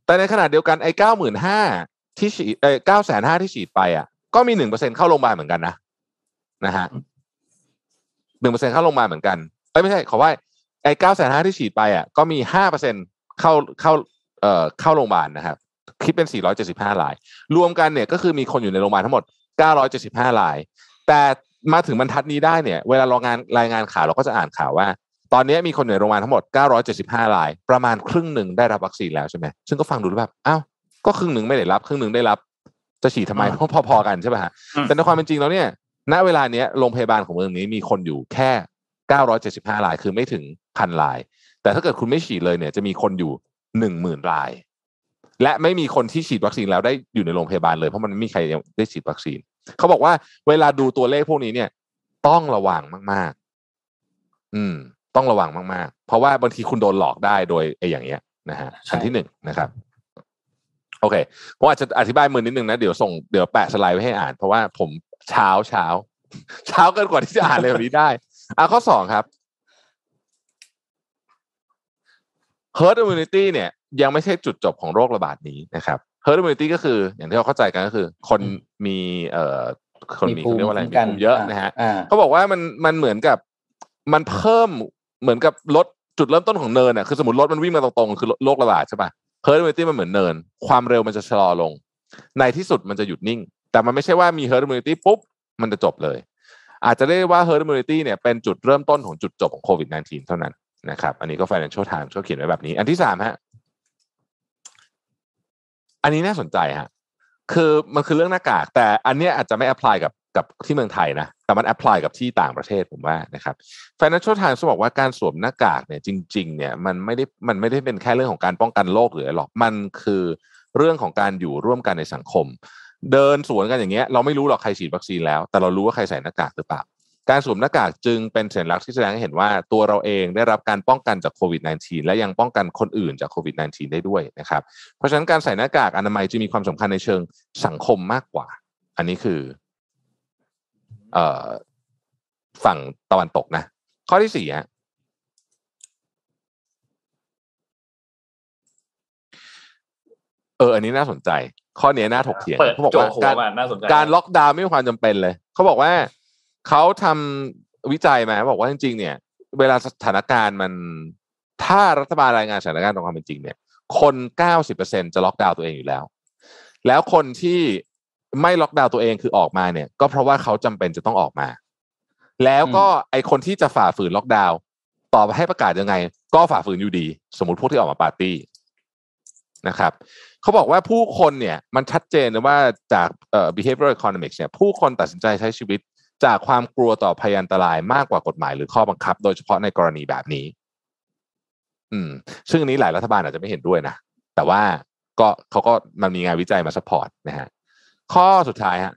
แต่ในขณะเดียวกันไอ้ 95,000 ที่ฉีด950,000 ที่ฉีดไปอ่ะก็มี 1% เข้าโรงพยาบาลเหมือนกันนะฮะ 1% เข้าโรงพยาบาลเหมือนกันไม่ใช่ขอว่าไอ้950,000 ที่ฉีดไปอ่ะก็มี 5% เข้าโรงพยาบาลนะครับคิดเป็น475 รายรวมกันเนี่ยก็คือมีคนอยู่ในโรงพยาบาลทั้งหมด975 รายแต่มาถึงบรรทัดนี้ได้เนี่ยเวลารายงานข่าวเราก็จะอ่านข่าวว่าตอนนี้มีคนอยู่ในโรงพยาบาลทั้งหมด975 รายประมาณครึ่งหนึ่งได้รับวัคซีนแล้วใช่ไหมซึ่งก็ฟังดูแบบอ้าวก็ครึ่งหนึ่งไม่ได้รับครึ่งหนึ่งได้รับจะฉีดทำไมพอๆกันใช่ไหมฮะแต่ในความเป็นจริงแล้วเนี่ยณเวลานี้โรงพยาบาลของเมืองนี้มีคนอยู่แค่975 รายคือไม่ถึง 1,000 รายแต่ถ้าเกิดคุณไม่ฉีดเลยเนี่ยจะมีคนอยู่ 10,000 รายและไม่มีคนที่ฉีดวัคซีนแล้วได้อยู่ในโรงพยาบาลเลยเพราะมันไม่มีใครได้ฉีดวัคซีนเขาบอกว่าเวลาดูตัวเลขพวกนี้เนี่ยต้องระวังมากๆต้องระวังมากๆเพราะว่าบางทีคุณโดนหลอกได้โดยอย่างเงี้ยนะฮะอันที่ 1นะครับโอเคผมอาจจะอธิบายมือนิดนึงนะเดี๋ยวแปะสไลด์ไว้ให้อ่านเพราะว่าผมเช้าเกินกว่าที่จะอ่านเลยแบบนี้ได้ข้อ 2ครับ herd immunity เนี่ยยังไม่ใช่จุดจบของโรคระบาดนี้นะครับ herd immunity ก็คืออย่างที่เราเข้าใจกันก็คือคนมีคนมีเรียกว่าอะไรมีภูมิเยอะนะฮะเขาบอกว่ามันเหมือนกับมันเพิ่มเหมือนกับลดจุดเริ่มต้นของเนินอ่ะคือสมมติรถมันวิ่งมาตรงๆคือโรคระบาดใช่ป่ะ herd immunity มันเหมือนเนินความเร็วมันจะชะลอลงในที่สุดมันจะหยุดนิ่งแต่มันไม่ใช่ว่ามี herd immunity ปุ๊บมันจะจบเลยอาจจะเรียกว่า herd immunity เนี่ยเป็นจุดเริ่มต้นของจุดจบของโควิด -19 เท่านั้นนะครับอันนี้ก็ Financial Times เขาเขียนไว้แบบนี้อันที่ 3ฮะอันนี้น่าสนใจฮะคือมันคือเรื่องหน้ากากแต่อันนี้อาจจะไม่ apply กับที่เมืองไทยนะแต่มัน apply กับที่ต่างประเทศผมว่านะครับ Financial Times บอกว่าการสวมหน้ากากเนี่ยจริงๆเนี่ยมันไม่ได้เป็นแค่เรื่องของการป้องกันโรคหรืออะไรหรอกมันคือเรื่องของการอยู่ร่วมกันในสังคมเดินสวนกันอย่างเงี้ยเราไม่รู้หรอกใครฉีดวัคซีนแล้วแต่เรารู้ว่าใครใส่หน้ากากหรือเปล่าการสวมหน้ากากจึงเป็นสัญลักษณ์ที่แสดงให้เห็นว่าตัวเราเองได้รับการป้องกันจากโควิด -19 และยังป้องกันคนอื่นจากโควิด -19 ได้ด้วยนะครับเพราะฉะนั้นการใส่หน้ากากอนามัยจึงมีความสำคัญในเชิงสังคมมากกว่าอันนี้คือฝั่งตะวันตกนะข้อที่ 4ฮะอันนี้น่าสนใจข้อนี้น่าถกเถียงเขาบอกว่าการล็อกดาวน์ไม่มีความจำเป็นเลยเขาบอกว่าเขาทำวิจัยมาบอกว่าจริงๆเนี่ยเวลาสถานการณ์มันถ้ารัฐบาลรายงานสถานการณ์ตรงความเป็นจริงเนี่ยคน 90% จะล็อกดาวน์ตัวเองอยู่แล้วคนที่ไม่ล็อกดาวน์ตัวเองคือออกมาเนี่ยก็เพราะว่าเขาจำเป็นจะต้องออกมาแล้วก็ไอคนที่จะฝ่าฝืนล็อกดาวน์ต่อไปให้ประกาศยังไงก็ฝ่าฝืนอยู่ดีสมมุติพวกที่ออกมาปาร์ตี้นะครับเขาบอกว่าผู้คนเนี่ยมันชัดเจนนะว่าจากbehavioral economics เนี่ยผู้คนตัดสินใจใช้ชีวิตจากความกลัวต่อภัยอันตรายมากกว่ากฎหมายหรือข้อบังคับโดยเฉพาะในกรณีแบบนี้ซึ่งอันนี้หลายรัฐบาลอาจจะไม่เห็นด้วยนะแต่ว่าเขาก็มันมีงานวิจัยมาซัพพอร์ตนะฮะข้อสุดท้ายฮะ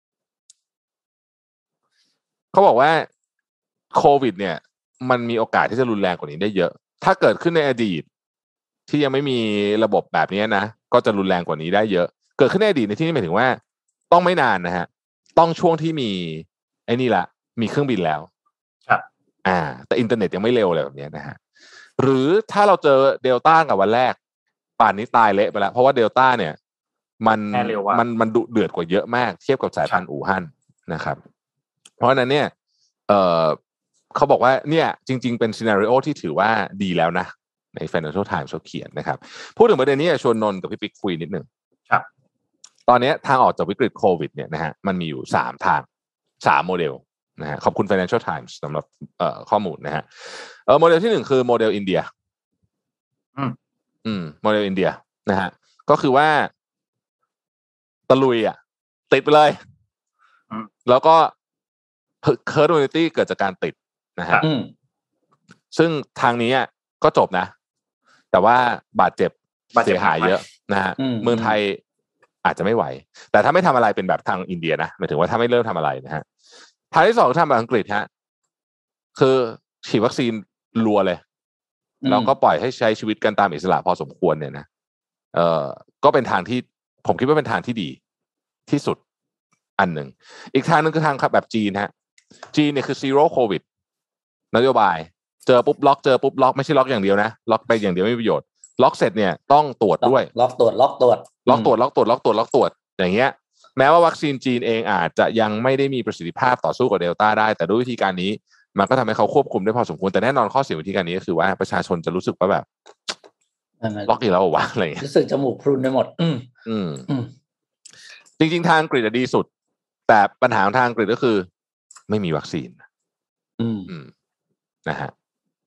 เขาบอกว่าโควิดเนี่ยมันมีโอกาสที่จะรุนแรงกว่านี้ได้เยอะถ้าเกิดขึ้นในอดีตที่ยังไม่มีระบบแบบนี้นะก็จะรุนแรงกว่านี้ได้เยอะเกิดขึ้นในอดีตในที่นี้หมายถึงว่าต้องไม่นานนะฮะต้องช่วงที่มีไอ้นี่ละมีเครื่องบินแล้วครับแต่อินเทอร์เน็ตยังไม่เร็วอะไรแบบนี้นะฮะหรือถ้าเราเจอเดลต้ากับวันแรกป่านนี้ตายเละไปแล้วเพราะว่าเดลต้าเนี่ยมันดุเดือดกว่าเยอะมากเทียบกับสายพันธุ์อู่ฮั่นนะครับเพราะฉะนั้นเนี่ยเขาบอกว่าเนี่ยจริงๆเป็นซีนาริโอที่ถือว่าดีแล้วนะใน Financial Times เขาเขียนนะครับพูดถึงประเด็นนี้ชวนนนท์กับพี่ปิ๊กคุยนิดนึงครับตอนนี้ทางออกจากวิกฤตโควิดเนี่ยนะฮะมันมีอยู่3ทาง3โมเดลนะฮะขอบคุณ Financial Times สำหรับข้อมูลนะฮะโมเดลที่1คือโมเดลอินเดียโมเดลอินเดียนะฮะก็คือว่าตะลุยติดไปเลยแล้วก็herd immunity เกิดจากการติดนะฮะซึ่งทางนี้ก็จบนะแต่ว่าบาดเจ็บเสียหายเยอะนะฮะเมืองไทยอาจจะไม่ไหวแต่ถ้าไม่ทำอะไรเป็นแบบทางอินเดียนะหมายถึงว่าถ้าไม่เริ่มทำอะไรนะฮะทางที่2ทำแบบอังกฤษฮะคือฉีดวัคซีนรัวเลยแล้วก็ปล่อยให้ใช้ชีวิตกันตามอิสระพอสมควรเนี่ยนะก็เป็นทางที่ผมคิดว่าเป็นทางที่ดีที่สุดอันหนึ่งอีกทางนึงคือทางแบบจีนฮะจีนเนี่ยคือ zero covid นโยบายเจอปุ๊บล็อกไม่ใช่ล็อกอย่างเดียวนะล็อกไปอย่างเดียวไม่มีประโยชน์ล็อกเสร็จเนี่ยต้องตรวจด้วยล็อกตรวจอย่างเงี้ยแม้ว่าวัคซีนจีนเองอาจจะยังไม่ได้มีประสิทธิภาพต่อสู้กับเดลต้าได้แต่ด้วยวิธีการนี้มันก็ทำให้เขาควบคุมได้พอสมควรแต่แน่นอนข้อเสียวิธีการนี้ก็คือว่าประชาชนจะรู้สึกว่าแบบล็อกอีกแล้ววะอะไรรู้สึกจมูกพรุนไปหมดจริงๆทางอังกฤษดีสุดแต่ปัญหาของทางอังกฤษก็คือไม่มีวัคซีนนะฮะ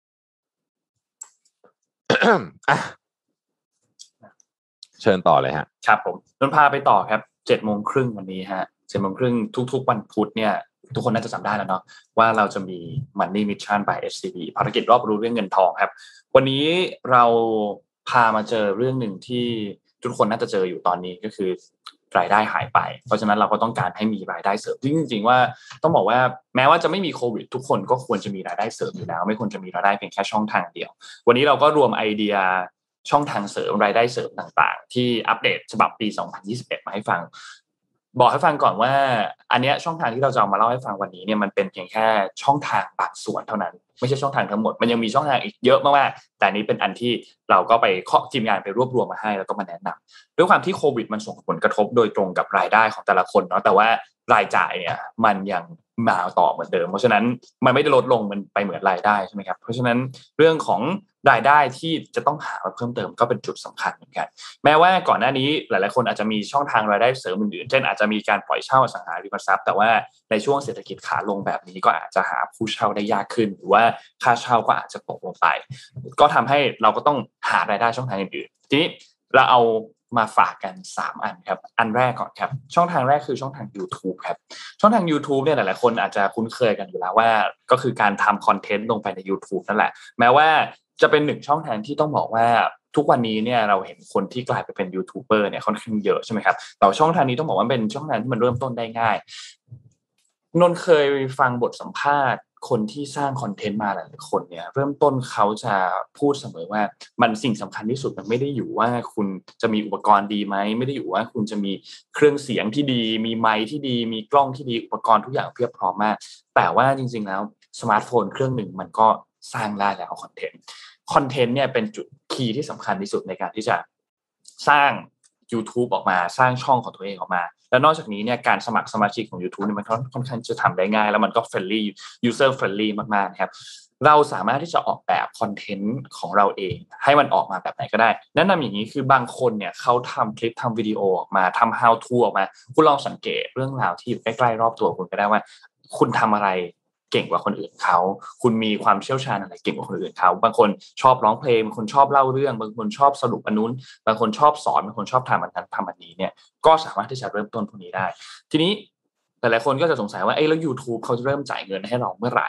เชิญต่อเลยฮะครับผมนนพาไปต่อครับ 7:30 น.วันนี้ฮะ 7:30 น.ทุกๆวันพุธเนี่ยทุกคนน่าจะจำได้แล้วเนาะว่าเราจะมี Money Mission by SCB ภารกิจรอบรู้เรื่องเงินทองครับวันนี้เราพามาเจอเรื่องหนึ่งที่ทุกคนน่าจะเจออยู่ตอนนี้ก็คือรายได้หายไปเพราะฉะนั้นเราก็ต้องการให้มีรายได้เสริมจริงๆว่าต้องบอกว่าแม้ว่าจะไม่มีโควิดทุกคนก็ควรจะมีรายได้เสริมอยู่แล้วไม่ควรจะมีรายได้เพียงแค่ช่องทางเดียววันนี้เราก็รวมไอเดียช่องทางเสริมรายได้เสริมต่างๆที่อัปเดตฉบับปี 2021 มาให้ฟังบอกให้ฟังก่อนว่าอันเนี้ยช่องทางที่เราจะเอามาเล่าให้ฟังวันนี้เนี่ยมันเป็นเพียงแค่ช่องทางบางส่วนเท่านั้นไม่ใช่ช่องทางทั้งหมดมันยังมีช่องทางอีกเยอะมากๆแต่นี้เป็นอันที่เราก็ไปทีมงานไปรวบรวมมาให้แล้วก็มาแนะนำด้วยความที่โควิดมันส่งผลกระทบโดยตรงกับรายได้ของแต่ละคนเนาะแต่ว่ารายจ่ายเนี่ยมันยังมาต่อเหมือนเดิมเพราะฉะนั้นมันไม่ได้ลดลงมันไปเหมือนรายได้ใช่ไหมครับเพราะฉะนั้นเรื่องของรายได้ที่จะต้องหามาเพิ่มเติมก็เป็นจุดสำคัญเหมือนกันแม้ว่าก่อนหน้านี้หลายๆคนอาจจะมีช่องทางรายได้เสริมอื่นๆเช่นอาจจะมีการปล่อยเช่าอสังหาริมทรัพย์แต่ว่าในช่วงเศรษฐกิจขาลงแบบนี้ก็อาจจะหาผู้เช่าได้ยากขึ้นหรือว่าค่าเช่าก็อาจจะตกลงไปก็ทำให้เราก็ต้องหารายได้ช่องทางอื่นๆทีนี้เราเอามาฝากกัน3อันครับอันแรกก่อนครับช่องทางแรกคือช่องทาง YouTube ครับช่องทาง YouTube เนี่ยหลายๆคนอาจจะคุ้นเคยกันอยู่แล้วว่าก็คือการทำคอนเทนต์ลงไปใน YouTube นั่นแหละแม้ว่าจะเป็น1ช่องทางที่ต้องบอกว่าทุกวันนี้เนี่ยเราเห็นคนที่กลายไปเป็นยูทูบเบอร์เนี่ยค่อนข้างเยอะใช่ไหมครับแต่ช่องทางนี้ต้องบอกว่าเป็นช่องทางที่มันเริ่มต้นได้ง่ายนนเคยฟังบทสัมภาษณ์คนที่สร้างคอนเทนต์มาหลายคนเนี่ยเริ่มต้นเขาจะพูดเสมอว่ามันสิ่งสำคัญที่สุดมันไม่ได้อยู่ว่าคุณจะมีอุปกรณ์ดีไหมไม่ได้อยู่ว่าคุณจะมีเครื่องเสียงที่ดีมีไมค์ที่ดีมีกล้องที่ดีอุปกรณ์ทุกอย่างเพียบพร้อมมากแต่ว่าจริงๆแล้วสมาร์ทโฟนเครื่องหนึ่งมันก็สร้างได้แล้วคอนเทนต์เนี่ยเป็นจุดคีย์ที่สำคัญที่สุดในการที่จะสร้าง YouTube ออกมาสร้างช่องของตัวเองออกมาแล้วนอกจากนี้เนี่ยการสมัครสมาชิกของ YouTube เนี่ยมันค่อนข้างจะทำได้ง่ายแล้วมันก็เฟรนลี่ยูเซอร์เฟรนลี่มากๆนะครับเราสามารถที่จะออกแบบคอนเทนต์ของเราเองให้มันออกมาแบบไหนก็ได้แนะนำอย่างนี้คือบางคนเนี่ยเขาทำคลิปทำวิดีโอออกมาทำ how to ออกมาคุณลองสังเกตเรื่องราวที่อยู่ใกล้ๆรอบตัวคุณก็ได้ว่าคุณทำอะไรเก่งกว่าคนอื่นเขาคุณมีความเชี่ยวชาญอะไรเก่งกว่าคนอื่นเขาบางคนชอบร้องเพลงบางคนชอบเล่าเรื่องบางคนชอบสรุปอันนู้นบางคนชอบสอนบางคนชอบทำอันนั้นทำอันนี้เนี่ยก็สามารถที่จะเริ่มต้นพวกนี้ได้ทีนี้หลายๆคนก็จะสงสัยว่าแล้ว YouTube เขาจะเริ่มจ่ายเงินให้เราเมื่อไหร่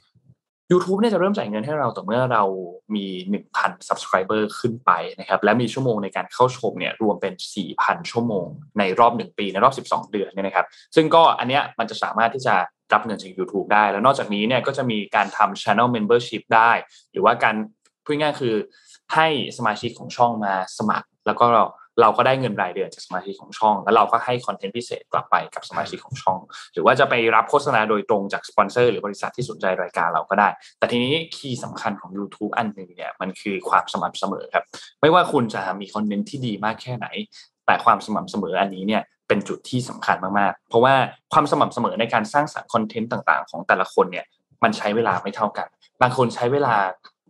YouTube เนี่ยจะเริ่มจ่ายเงินให้เราต่อเมื่อเรามี 1,000 Subscriber ขึ้นไปนะครับและมีชั่วโมงในการเข้าชมเนี่ยรวมเป็น 4,000 ชั่วโมงในรอบ1ปีในรอบ12เดือนเนี่ยนะครับซึ่งก็อันเนี้ยมันจะสามารถที่จะรับเงินจาก YouTube ได้แล้วนอกจากนี้เนี่ยก็จะมีการทำ Channel Membership ได้หรือว่าการพูดง่ายๆคือให้สมาชิกของช่องมาสมัครแล้วก็เราก็ได้เงินรายเดือนจากสมาชิกของช่องแล้วเราก็ให้คอนเทนต์พิเศษกลับไปกับสมาชิกของช่องหรือว่าจะไปรับโฆษณาโดยตรงจากสปอนเซอร์หรือบริษัทที่สนใจรายการเราก็ได้แต่ทีนี้คีย์สำคัญของ YouTube อันนึงเนี่ยมันคือความสม่ำเสมอครับไม่ว่าคุณจะมีคอนเทนต์ที่ดีมากแค่ไหนแต่ความสม่ำเสมออันนี้เนี่ยเป็นจุดที่สำคัญมากๆเพราะว่าความสม่ำเสมอในการสร้างสรรค์คอนเทนต์ต่างๆของแต่ละคนเนี่ยมันใช้เวลาไม่เท่ากันบางคนใช้เวลา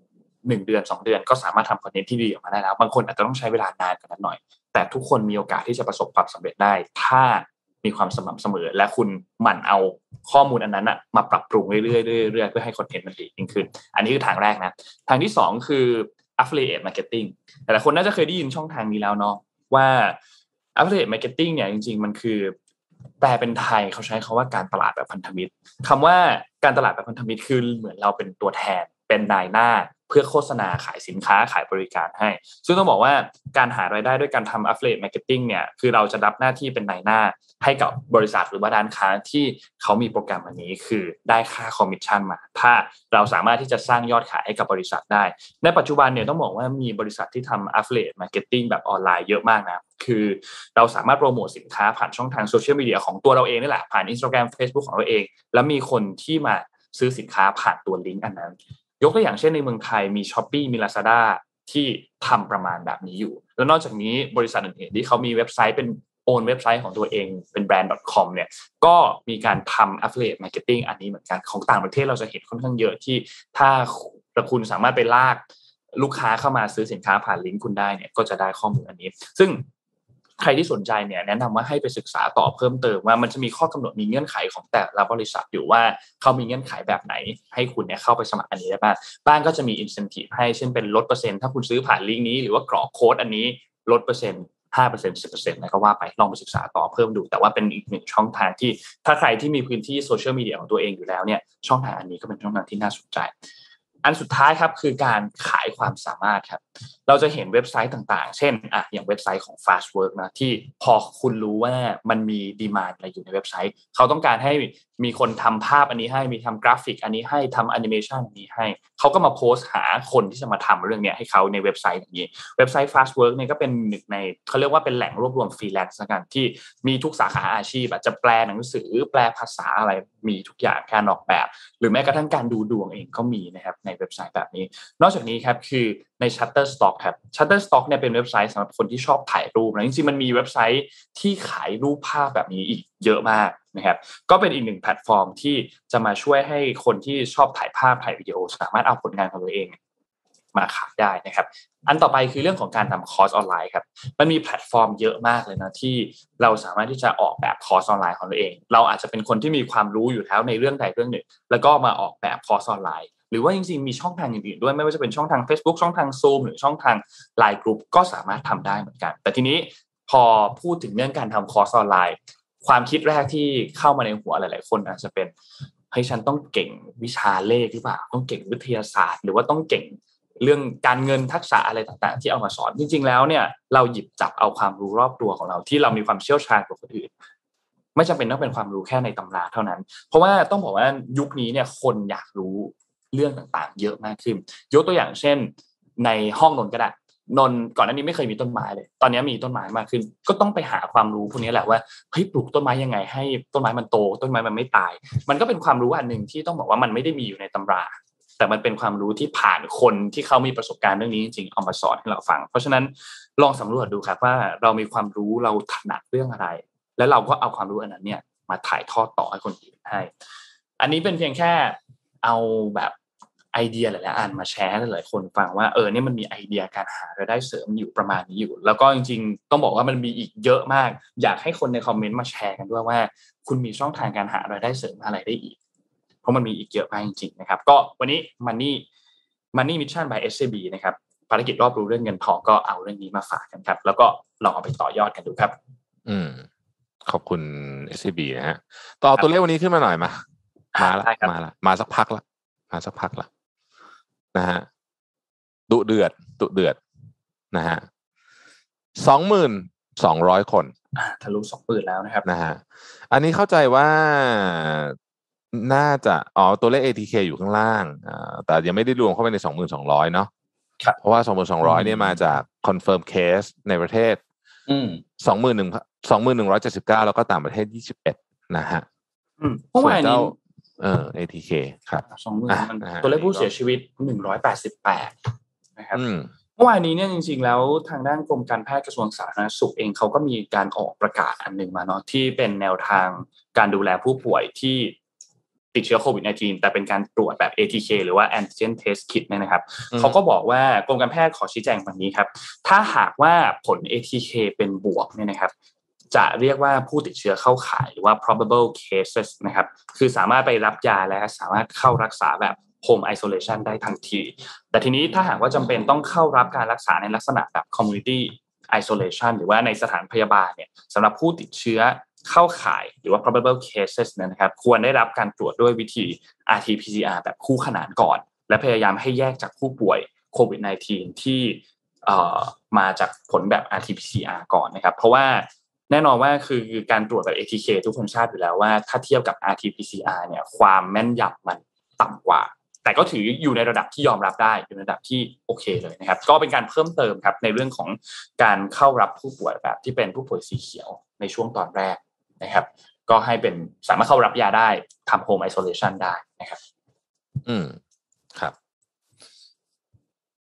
1เดือน2เดือนก็สามารถทำคอนเทนต์ที่ดีออกมาได้แล้วบางคนอาจจะต้องใช้เวลานานกว่านั้นหน่อยแต่ทุกคนมีโอกาสที่จะประสบความสำเร็จได้ถ้ามีความสม่ำเสมอและคุณหมั่นเอาข้อมูลอันนั้นนะมาปรับปรุงเรื่อยๆเพื่อให้คอนเทนต์มันดียิ่งขึ้นอันนี้คือทางแรกนะทางที่2คือ affiliate marketing แต่ละคนน่าจะเคยได้ยินช่องทางนี้แล้วเนาะว่า affiliate marketing เนี่ยจริงๆมันคือแปลเป็นไทยเขาใช้คำว่าการตลาดแบบพันธมิตรคำว่าการตลาดแบบพันธมิตรคือเหมือนเราเป็นตัวแทนเป็นนายหน้าเพื่อโฆษณาขายสินค้าขายบริการให้ซึ่งต้องบอกว่าการหารายได้ด้วยการทำ affiliate marketing เนี่ยคือเราจะรับหน้าที่เป็นนายหน้าให้กับบริษัทหรือว่าร้านค้าที่เขามีโปรแกรมอันนี้คือได้ค่าคอมมิชชั่นมาถ้าเราสามารถที่จะสร้างยอดขายให้กับบริษัทได้ในปัจจุบันเนี่ยต้องบอกว่ามีบริษัทที่ทำ affiliate marketing แบบออนไลน์เยอะมากนะคือเราสามารถโปรโมทสินค้าผ่านช่องทางโซเชียลมีเดียของตัวเราเองนี่แหละผ่าน Instagram Facebook ของเราเองแล้วมีคนที่มาซื้อสินค้าผ่านตัวลิงก์อันนั้นยกตัวอย่างเช่นในเมืองไทยมี Shopee มี Lazada ที่ทำประมาณแบบนี้อยู่แล้วนอกจากนี้บริษัทอื่นๆที่เขามีเว็บไซต์เป็นโอนเว็บไซต์ของตัวเองเป็นแบรนด์ .com เนี่ยก็มีการทำ affiliate marketing อันนี้เหมือนกันของต่างประเทศเราจะเห็นค่อนข้างเยอะที่ถ้าคุณสามารถไปลากลูกค้าเข้ามาซื้อสินค้าผ่านลิงก์คุณได้เนี่ยก็จะได้ข้อมูลอันนี้ซึ่งใครที่สนใจเนี่ยแนะนำว่าให้ไปศึกษาต่อเพิ่มเติมว่ามันจะมีข้อกำหนดมีเงื่อนไขของแต่ละบริษัทอยู่ว่าเขามีเงื่อนไขแบบไหนให้คุณเนี่ยเข้าไปสมัครอันนี้ได้บ้างก็จะมี incentive ให้เช่นเป็นลดเปอร์เซ็นต์ถ้าคุณซื้อผ่านลิงก์นี้หรือว่ากรอกโค้ดอันนี้ลดเปอร์เซ็นต์ 5% 10% นะก็ว่าไปลองไปศึกษาต่อเพิ่มดูแต่ว่าเป็นอีกหนึ่งช่องทางที่ถ้าใครที่มีพื้นที่โซเชียลมีเดียของตัวเองอยู่แล้วเนี่ยช่องทางอันนี้ก็เป็นช่องทางที่น่าสนใจอันสุดท้ายครับคือการขายความสามารถครับเราจะเห็นเว็บไซต์ต่างๆเช่นอย่างเว็บไซต์ของ Fast Work นะที่พอคุณรู้ว่ามันมีดีมานด์อะไรอยู่ในเว็บไซต์เขาต้องการให้มีคนทำภาพอันนี้ให้มีทำกราฟิกอันนี้ให้ทำแอนิเมชันอันนี้ให้เขาก็มาโพสต์หาคนที่จะมาทำเรื่องนี้ให้เขาในเว็บไซต์อย่างนี้เว็บไซต์ Fast Work เนี่ยก็เป็นหนึ่งในเขาเรียกว่าเป็นแหล่งรวบรวมฟรีแลนซ์กันที่มีทุกสาขาอาชีพจะแปลหนังสือแปลภาษาอะไรมีทุกอย่างการออกแบบหรือแม้กระทั่งการดูดวงเองก็มีนะครับในเว็บไซต์แบบนี้นอกจากนี้ครับคือใน Shutterstock ครับ Shutterstock เนี่ยเป็นเว็บไซต์สำหรับคนที่ชอบถ่ายรูปนะจริงๆมันมีเว็บไซต์ที่ขายรูปภาพแบบนี้อีกเยอะมากนะครับก็เป็นอีกหนึ่งแพลตฟอร์มที่จะมาช่วยให้คนที่ชอบถ่ายภาพถ่ายวิดีโอสามารถเอาผลงานของตัวเองมาขายได้นะครับอันต่อไปคือเรื่องของการทำคอร์สออนไลน์ครับมันมีแพลตฟอร์มเยอะมากเลยนะที่เราสามารถที่จะออกแบบคอร์สออนไลน์ของตัวเองเราอาจจะเป็นคนที่มีความรู้อยู่แล้วในเรื่องใดเรื่องหนึ่งแล้วก็มาออกแบบคอร์สออนไลน์หรือว่าจริงๆมีช่องทางอื่นๆด้วยไม่ว่าจะเป็นช่องทาง Facebook ช่องทาง Zoom หรือช่องทาง LINE Group ก็สามารถทำได้เหมือนกันแต่ทีนี้พอพูดถึงเรื่องการทำคอร์สออนไลน์ความคิดแรกที่เข้ามาในหัวหลายๆคนอาจจะเป็นให้ฉันต้องเก่งวิชาเลขหรือเปล่าต้องเก่งวิทยาศาสตร์หรือว่าต้องเก่งเรื่องการเงินทักษะอะไรต่างๆที่เอามาสอนจริงๆแล้วเนี่ยเราหยิบจับเอาความรู้รอบตัวของเราที่เรามีความเชี่ยวชาญกว่าคนอื่นไม่จำเป็นต้องเป็นความรู้แค่ในตำราเท่านั้นเพราะว่าต้องบอกว่ายุคนี้เนี่ยคนอยากรู้เรื่องต่างๆเยอะมากขึ้นยกตัวอย่างเช่นในห้องนนก็ได้นนก่อนหน้านี้ไม่เคยมีต้นไม้เลยตอนนี้มีต้นไม้มากขึ้นก็ต้องไปหาความรู้พวกนี้แหละว่าเฮ้ยปลูกต้นไม้ยังไงให้ต้นไม้มันโตต้นไม้มันไม่ตายมันก็เป็นความรู้อันนึงที่ต้องบอกว่ามันไม่ได้มีอยู่ในตำราแต่มันเป็นความรู้ที่ผ่านคนที่เขามีประสบการณ์เรื่องนี้จริงๆเอามาสอนให้เราฟังเพราะฉะนั้นลองสำรวจดูครับว่าเรามีความรู้เราถนัดเรื่องอะไรแล้วเราก็เอาความรู้อันนั้นเนี่ยมาถ่ายทอดต่อให้คนอื่นให้อันนี้เป็นเพียงแค่เอาแบบไอเดียหลายๆอันมาแชร์ให้หลายๆคนฟังว่าเนี่ยมันมีไอเดียการหารายได้เสริมอยู่ประมาณนี้อยู่แล้วก็จริงๆต้องบอกว่ามันมีอีกเยอะมากอยากให้คนในคอมเมนต์มาแชร์กันด้วยว่าคุณมีช่องทางการหารายได้เสริมอะไรได้อีกเพราะมันมีอีกเยอะมากจริงๆนะครับก็วันนี้ Money Mission by SCB นะครับภารกิจรอบรู้เรื่องเงินทองก็เอาเรื่องนี้มาฝากกันครับแล้วก็ลองเอาไปต่อยอดกันดูครับขอบคุณ SCB นะฮะต่อตัวเลขวันนี้ขึ้นมาหน่อยมามาสักพักละนะฮะดุเดือดนะฮะ 2,200 คนทะลุ 20,000 แล้วนะครับนะฮะอันนี้เข้าใจว่าน่าจะตัวเลข ATK อยู่ข้างล่างแต่ยังไม่ได้รวมเข้าไปใน 2,200 เนาะเพราะว่า 2,200 เนี่ยมาจาก confirm case ในประเทศ21,179 แล้วก็ต่างประเทศ21นะฮะเมื่อวานนี้ ATK ครับ 20,000 ตัวเลขผู้เสียชีวิต188นะครับเมื่อวานนี้เนี่ยจริงๆแล้วทางด้านกรมการแพทย์กระทรวงสาธารณสุขเองเขาก็มีการออกประกาศอันนึงมาเนาะที่เป็นแนวทางการดูแลผู้ป่วยที่ติดเชื้อโควิด -19 แต่เป็นการตรวจแบบ ATK หรือว่า Antigen Test Kit เนี่ยนะครับเขาก็บอกว่ากรมการแพทย์ขอชี้แจงแบบนี้ครับถ้าหากว่าผล ATK เป็นบวกเนี่ยนะครับจะเรียกว่าผู้ติดเชื้อเข้าข่ายหรือว่า probable cases นะครับคือสามารถไปรับยาและสามารถเข้ารักษาแบบ home isolation ได้ทันทีแต่ทีนี้ถ้าหากว่าจำเป็นต้องเข้ารับการรักษาในลักษณะแบบ community isolation หรือว่าในสถานพยาบาลเนี่ยสำหรับผู้ติดเชื้อเข้าข่ายหรือว่า probable cases นะครับควรได้รับการตรวจด้วยวิธี RT-PCR แบบคู่ขนานก่อนและพยายามให้แยกจากผู้ป่วยโควิด -19 ที่มาจากผลแบบ RT-PCR ก่อนนะครับเพราะว่าแน่นอนว่าคือการตรวจแบบ ATK ทุกคนทราบอยู่แล้วว่าถ้าเทียบกับ RT-PCR เนี่ยความแม่นยำมันต่ำกว่าแต่ก็ถืออยู่ในระดับที่ยอมรับได้อยู่ในระดับที่โอเคเลยนะครับก็เป็นการเพิ่มเติมครับในเรื่องของการเข้ารับผู้ป่วยแบบที่เป็นผู้ป่วยสีเขียวในช่วงตอนแรกนะครับก็ให้เป็นสามารถเข้ารับยาได้ทำ home isolation ได้นะครับครับ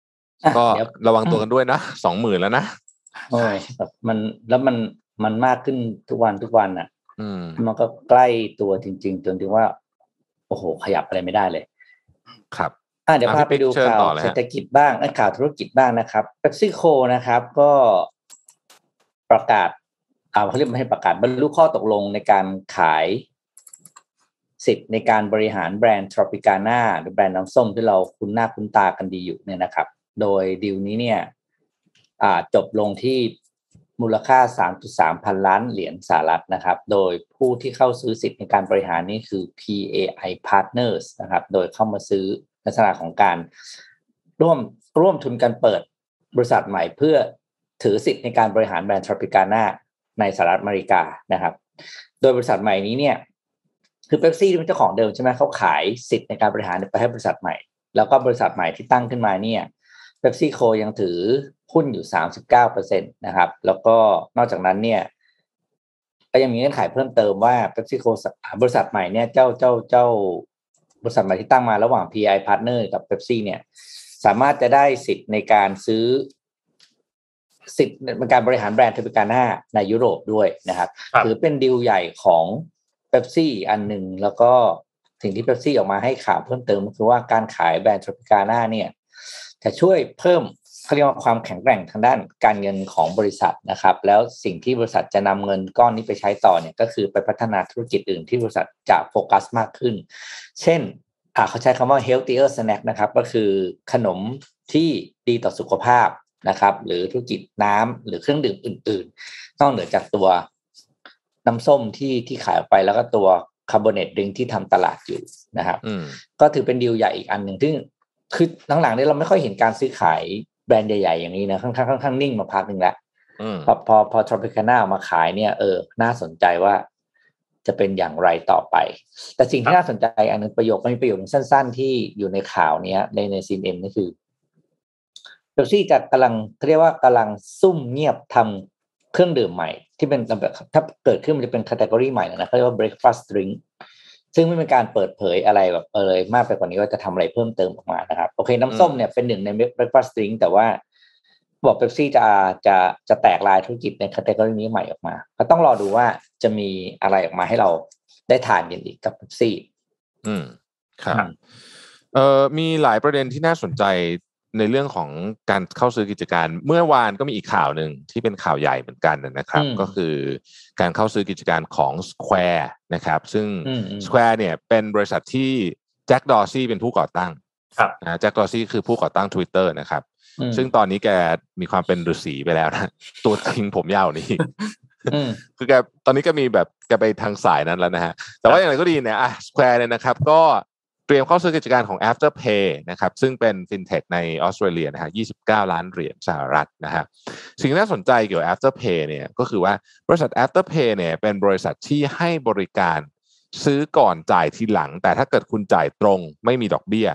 ก็ระวังตัวกันด้วยนะ 20,000 แล้วนะโอ้ยแบบมันมากขึ้นทุกวันอ่ะมันก็ใกล้ตัวจริงๆจนถึงว่าโอ้โหขยับอะไรไม่ได้เลยครับเดี๋ยวพาไปดูข่าวเศรษฐกิจบ้างข่าวธุรกิจบ้างนะครับPepsiCoนะครับก็ประกาศเขาเรียกไม่ให้ประกาศบรรลุข้อตกลงในการขายสิทธิ์ในการบริหารแบรนด์ Tropicana หรือแบรนด์น้ำส้มที่เราคุ้นหน้าคุ้นตากันดีอยู่เนี่ยนะครับโดยดีลนี้เนี่ยจบลงที่มูลค่า 3.3 พันล้านเหรียญสหรัฐนะครับโดยผู้ที่เข้าซื้อสิทธิ์ในการบริหารนี่คือ PAI Partners นะครับโดยเข้ามาซื้อลักษณะของการร่วมทุนกันเปิดบริษัทใหม่เพื่อถือสิทธิ์ในการบริหารแบรนด์ Tropicana ในสหรัฐอเมริกานะครับโดยบริษัทใหม่นี้เนี่ยคือเป๊ปซี่เป็นเจ้าของเดิมใช่ไหมเขาขายสิทธิ์ในการบริหารไปให้บริษัทใหม่แล้วก็บริษัทใหม่ที่ตั้งขึ้นมาเนี่ยPepsiCoยังถือหุ้นอยู่ 39% นะครับแล้วก็นอกจากนั้นเนี่ยก็ยังมีเงื่อนไขเพิ่มเติมว่า PepsiCo บริษัทใหม่เนี่ยเจ้าบริษัทใหม่ที่ตั้งมาระหว่าง PAI Partner กับ Pepsi เนี่ยสามารถจะได้สิทธิ์ในการซื้อสิทธิ์ในการบริหารแบรนด์ Tropicana ในยุโรปด้วยนะครับถือเป็นดีลใหญ่ของPepsi อันหนึ่งแล้วก็สิ่งที่ Pepsi ออกมาให้ข่าวเพิ่มเติมก็คือว่าการขายแบรนด์ Tropicana เนี่ยจะช่วยเพิ่มเขาเรียกว่าความแข็งแกร่งทางด้านการเงินของบริษัทนะครับแล้วสิ่งที่บริษัทจะนำเงินก้อนนี้ไปใช้ต่อเนี่ยก็คือไปพัฒนาธุรกิจอื่นที่บริษัทจะโฟกัสมากขึ้นเช่นเขาใช้คำว่า healthier snack นะครับก็คือขนมที่ดีต่อสุขภาพนะครับหรือธุรกิจน้ำหรือเครื่องดื่มอื่นๆนอกเหนือจากตัวน้ำส้มที่ขายออกไปแล้วก็ตัวคาร์บอเนตดริงก์ที่ทำตลาดอยู่นะครับก็ถือเป็นดีลใหญ่อีกอันหนึ่งซึ่งคือหลังๆนี้เราไม่ค่อยเห็นการซื้อขายแบรนด์ใหญ่ๆอย่างนี้นะค่อนข้างนิ่งมาพักนึงแล้วพอ Tropicana มาขายเนี่ยน่าสนใจว่าจะเป็นอย่างไรต่อไปแต่สิ่งที่น่าสนใจอันนึงมีประโยคสั้นๆที่อยู่ในข่าวนี้ในซีเอ็มนี่คือเบลซี่จะกำลังซุ่มเงียบทำเครื่องดื่มใหม่ที่เป็นถ้าเกิดขึ้นมันจะเป็นแคตตากรีใหม่นะเขาเรียกว่า breakfast drink ซึ่งไม่เป็นการเปิดเผยอะไรแบบเลยมากไปกว่านี้ว่าจะทำอะไรเพิ่มเติมออกมานะครับโอเคน้ำส้มเนี่ยเป็นหนึ่งใน breakfast drink แต่ว่าบอกเป๊ปซี่จะแตกลายธุรกิจในแคตตากรีนี้ใหม่ออกมาก็ต้องรอดูว่าจะมีอะไรออกมาให้เราได้ทานกันอีกกับเป๊ปซี่ครับมีหลายประเด็นที่น่าสนใจในเรื่องของการเข้าซื้อกิจการเมื่อวานก็มีอีกข่าวหนึ่งที่เป็นข่าวใหญ่เหมือนกันนะครับก็คือการเข้าซื้อกิจการของ Square นะครับซึ่ง Square เนี่ยเป็นบริษัทที่แจ็คดอร์ซี่เป็นผู้ก่อตั้งแจ็คดอร์ซี่คือผู้ก่อตั้ง Twitter นะครับซึ่งตอนนี้แกมีความเป็นฤาษีไปแล้วนะตัวจริงผมยาวนี่คือแกตอนนี้ก็มีแบบแกไปทางสายนั้นแล้วนะฮะแต่ว่าอย่างไรก็ดีเนี่ยSquare เนี่ยนะครับก็เตรียมเข้าซื้อกิจการของ Afterpay นะครับซึ่งเป็นฟินเทคในออสเตรเลียนะฮะ$29 ล้านสหรัฐนะฮะสิ่งที่น่าสนใจเกี่ยวกับ Afterpay เนี่ยก็คือว่าบริษัท Afterpay เนี่ยเป็นบริษัทที่ให้บริการซื้อก่อนจ่ายทีหลังแต่ถ้าเกิดคุณจ่ายตรงไม่มีดอกเบี้ย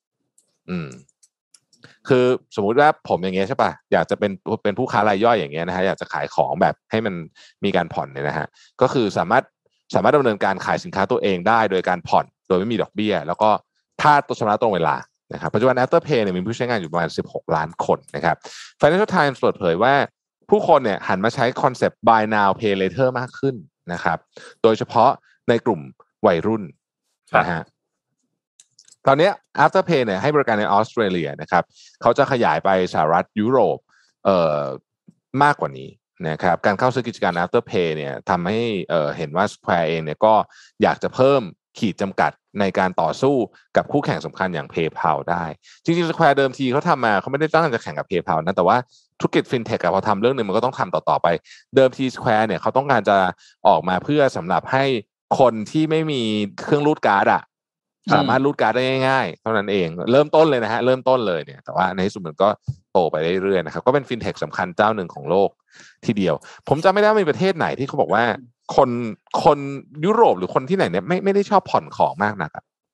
คือสมมุติว่าผมอย่างเงี้ยใช่ป่ะอยากจะเป็นผู้ค้ารายย่อยอย่างเงี้ยนะฮะอยากจะขายของแบบให้มันมีการผ่อนเนี่ยนะฮะก็คือสามารถดำเนินการขายสินค้าตัวเองได้โดยการผ่อนโดยไม่มีดอกเบี้ยแล้วก็ถ้าชำระตรงเวลานะครับปัจจุบัน Afterpay เนี่ยมีผู้ใช้งานอยู่ประมาณ16 ล้านคนนะครับ Financial Times เปิดเผยว่าผู้คนเนี่ยหันมาใช้คอนเซ็ปต์ Buy Now Pay Later มากขึ้นนะครับโดยเฉพาะในกลุ่มวัยรุ่นนะฮะตอนนี้ Afterpay เนี่ยให้บริการในออสเตรเลียนะครับเขาจะขยายไปสหรัฐยุโรปมากกว่านี้นะครับการเข้าซื้อกิจการ Afterpay เนี่ยทำให้เห็นว่า Square เองเนี่ยก็อยากจะเพิ่มขีดจำกัดในการต่อสู้กับคู่แข่งสำคัญอย่าง PayPal ได้จริงๆ Square เดิมทีเขาทำมาเขาไม่ได้ตั้งใจจะแข่งกับ PayPal นะแต่ว่าธุรกิจ FinTech พอทำเรื่องนึงมันก็ต้องทำต่อไปเดิมที Square เนี่ยเขาต้องการจะออกมาเพื่อสำหรับให้คนที่ไม่มีเครื่องรูดการ์ดสามารถรูดการ์ดได้ง่ายๆเท่านั้นเองเริ่มต้นเลยนะฮะเริ่มต้นเลยเนี่ยแต่ว่าในที่สุดมันก็โตไปเรื่อยๆนะครับก็เป็น FinTech สำคัญเจ้าหนึ่งของโลกทีเดียวผมจำไม่ได้ว่ามีประเทศไหนที่เขาบอกว่าคนยุโรปหรือคนที่ไหนเนี่ยไม่ได้ชอบผ่อนของมากนัก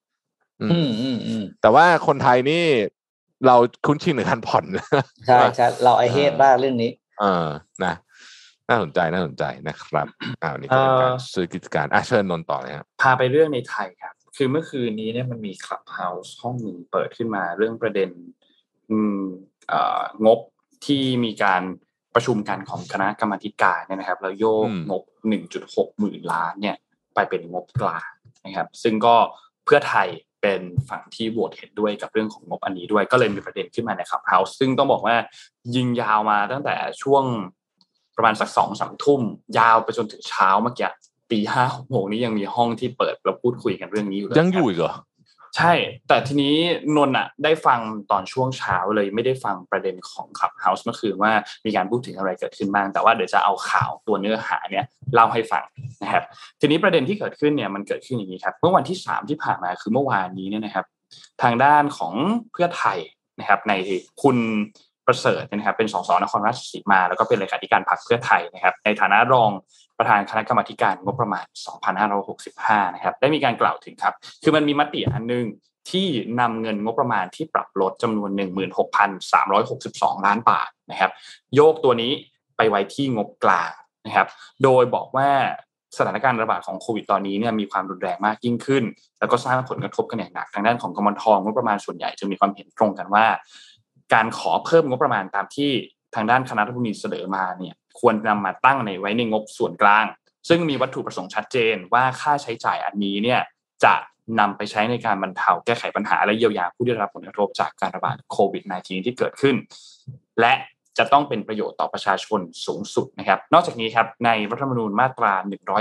แต่ว่าคนไทยนี่เราคุ้นชินกับการผ่อนใช่ใช่เราไอเฮดมากเรื่องนี้นะน่าสนใจนะครับนี่ก็เป็นการซื้อกิจการเชิญนนท์ต่อเลยครับพาไปเรื่องในไทยครับคือเมื่อคืนนี้เนี่ยมันมี Clubhouse ห้องนึงเปิดขึ้นมาเรื่องประเด็นงบที่มีการประชุมกันของคณะกรรมาธิการเนี่ยนะครับแล้วโยกงบ 1.6 หมื่นล้านเนี่ยไปเป็นงบกลางนะครับซึ่งก็เพื่อไทยเป็นฝั่งที่โหวตเห็นด้วยกับเรื่องของงบอันนี้ด้วยก็เลยมีประเด็นขึ้นมาใน Clubhouse ซึ่งต้องบอกว่ายิงยาวมาตั้งแต่ช่วงประมาณสัก 2-3 ทุ่มยาวไปจนถึงเช้าเมื่อกี้ 5-6 โมงนี้ยังมีห้องที่เปิดแล้วพูดคุยกันเรื่องนี้อยู่เลยยังอยู่อีกเหรอใช่แต่ทีนี้นนท์อ่ะได้ฟังตอนช่วงเช้าเลยไม่ได้ฟังประเด็นของ Clubhouse เมื่อคืนว่ามีการพูดถึงอะไรเกิดขึ้นบ้างแต่ว่าเดี๋ยวจะเอาข่าวตัวเนื้อหาเนี่ยเล่าให้ฟังนะครับทีนี้ประเด็นที่เกิดขึ้นเนี่ยมันเกิดขึ้นอย่างนี้ครับเมื่อวันที่3ที่ผ่านมาคือเมื่อวานนี้เนี่ยนะครับทางด้านของเพื่อไทยนะครับในคุณประเสริฐนะครับเป็นสสนครราชสีมาแล้วก็เป็นเลขาธิการพรรคเพื่อไทยนะครับในฐานะรองประธานคณะกรรมาการงบประมาณ 2565 นะครับได้มีการกล่าวถึงครับคือมันมีมติอันนึงที่นำเงินงบประมาณที่ปรับลดจำนวน 16,362 ล้านบาทนะครับโยกตัวนี้ไปไว้ที่งบกลางนะครับโดยบอกว่าสถานการณ์ระบาดของโควิดตอนนี้เนี่ยมีความรุนแรงมากยิ่งขึ้นแล้วก็สร้างผลกระทบกันอย่างหนักทางด้านของกมธ.งบประมาณส่วนใหญ่จะมีความเห็นตรงกันว่าการขอเพิ่มงบประมาณตามที่ทางด้านคณะรัฐมนตรีเสนอมาเนี่ยควรนำมาตั้งไว้ในงบส่วนกลางซึ่งมีวัตถุประสงค์ชัดเจนว่าค่าใช้จ่ายอันนี้เนี่ยจะนำไปใช้ในการบรรเทาแก้ไขปัญหาและเยียวยาผู้ได้รับผลกระทบจากการระบาดโควิด -19 ที่เกิดขึ้นและจะต้องเป็นประโยชน์ต่อประชาชนสูงสุดนะครับนอกจากนี้ครับในรัฐธรรมนูญมาตรา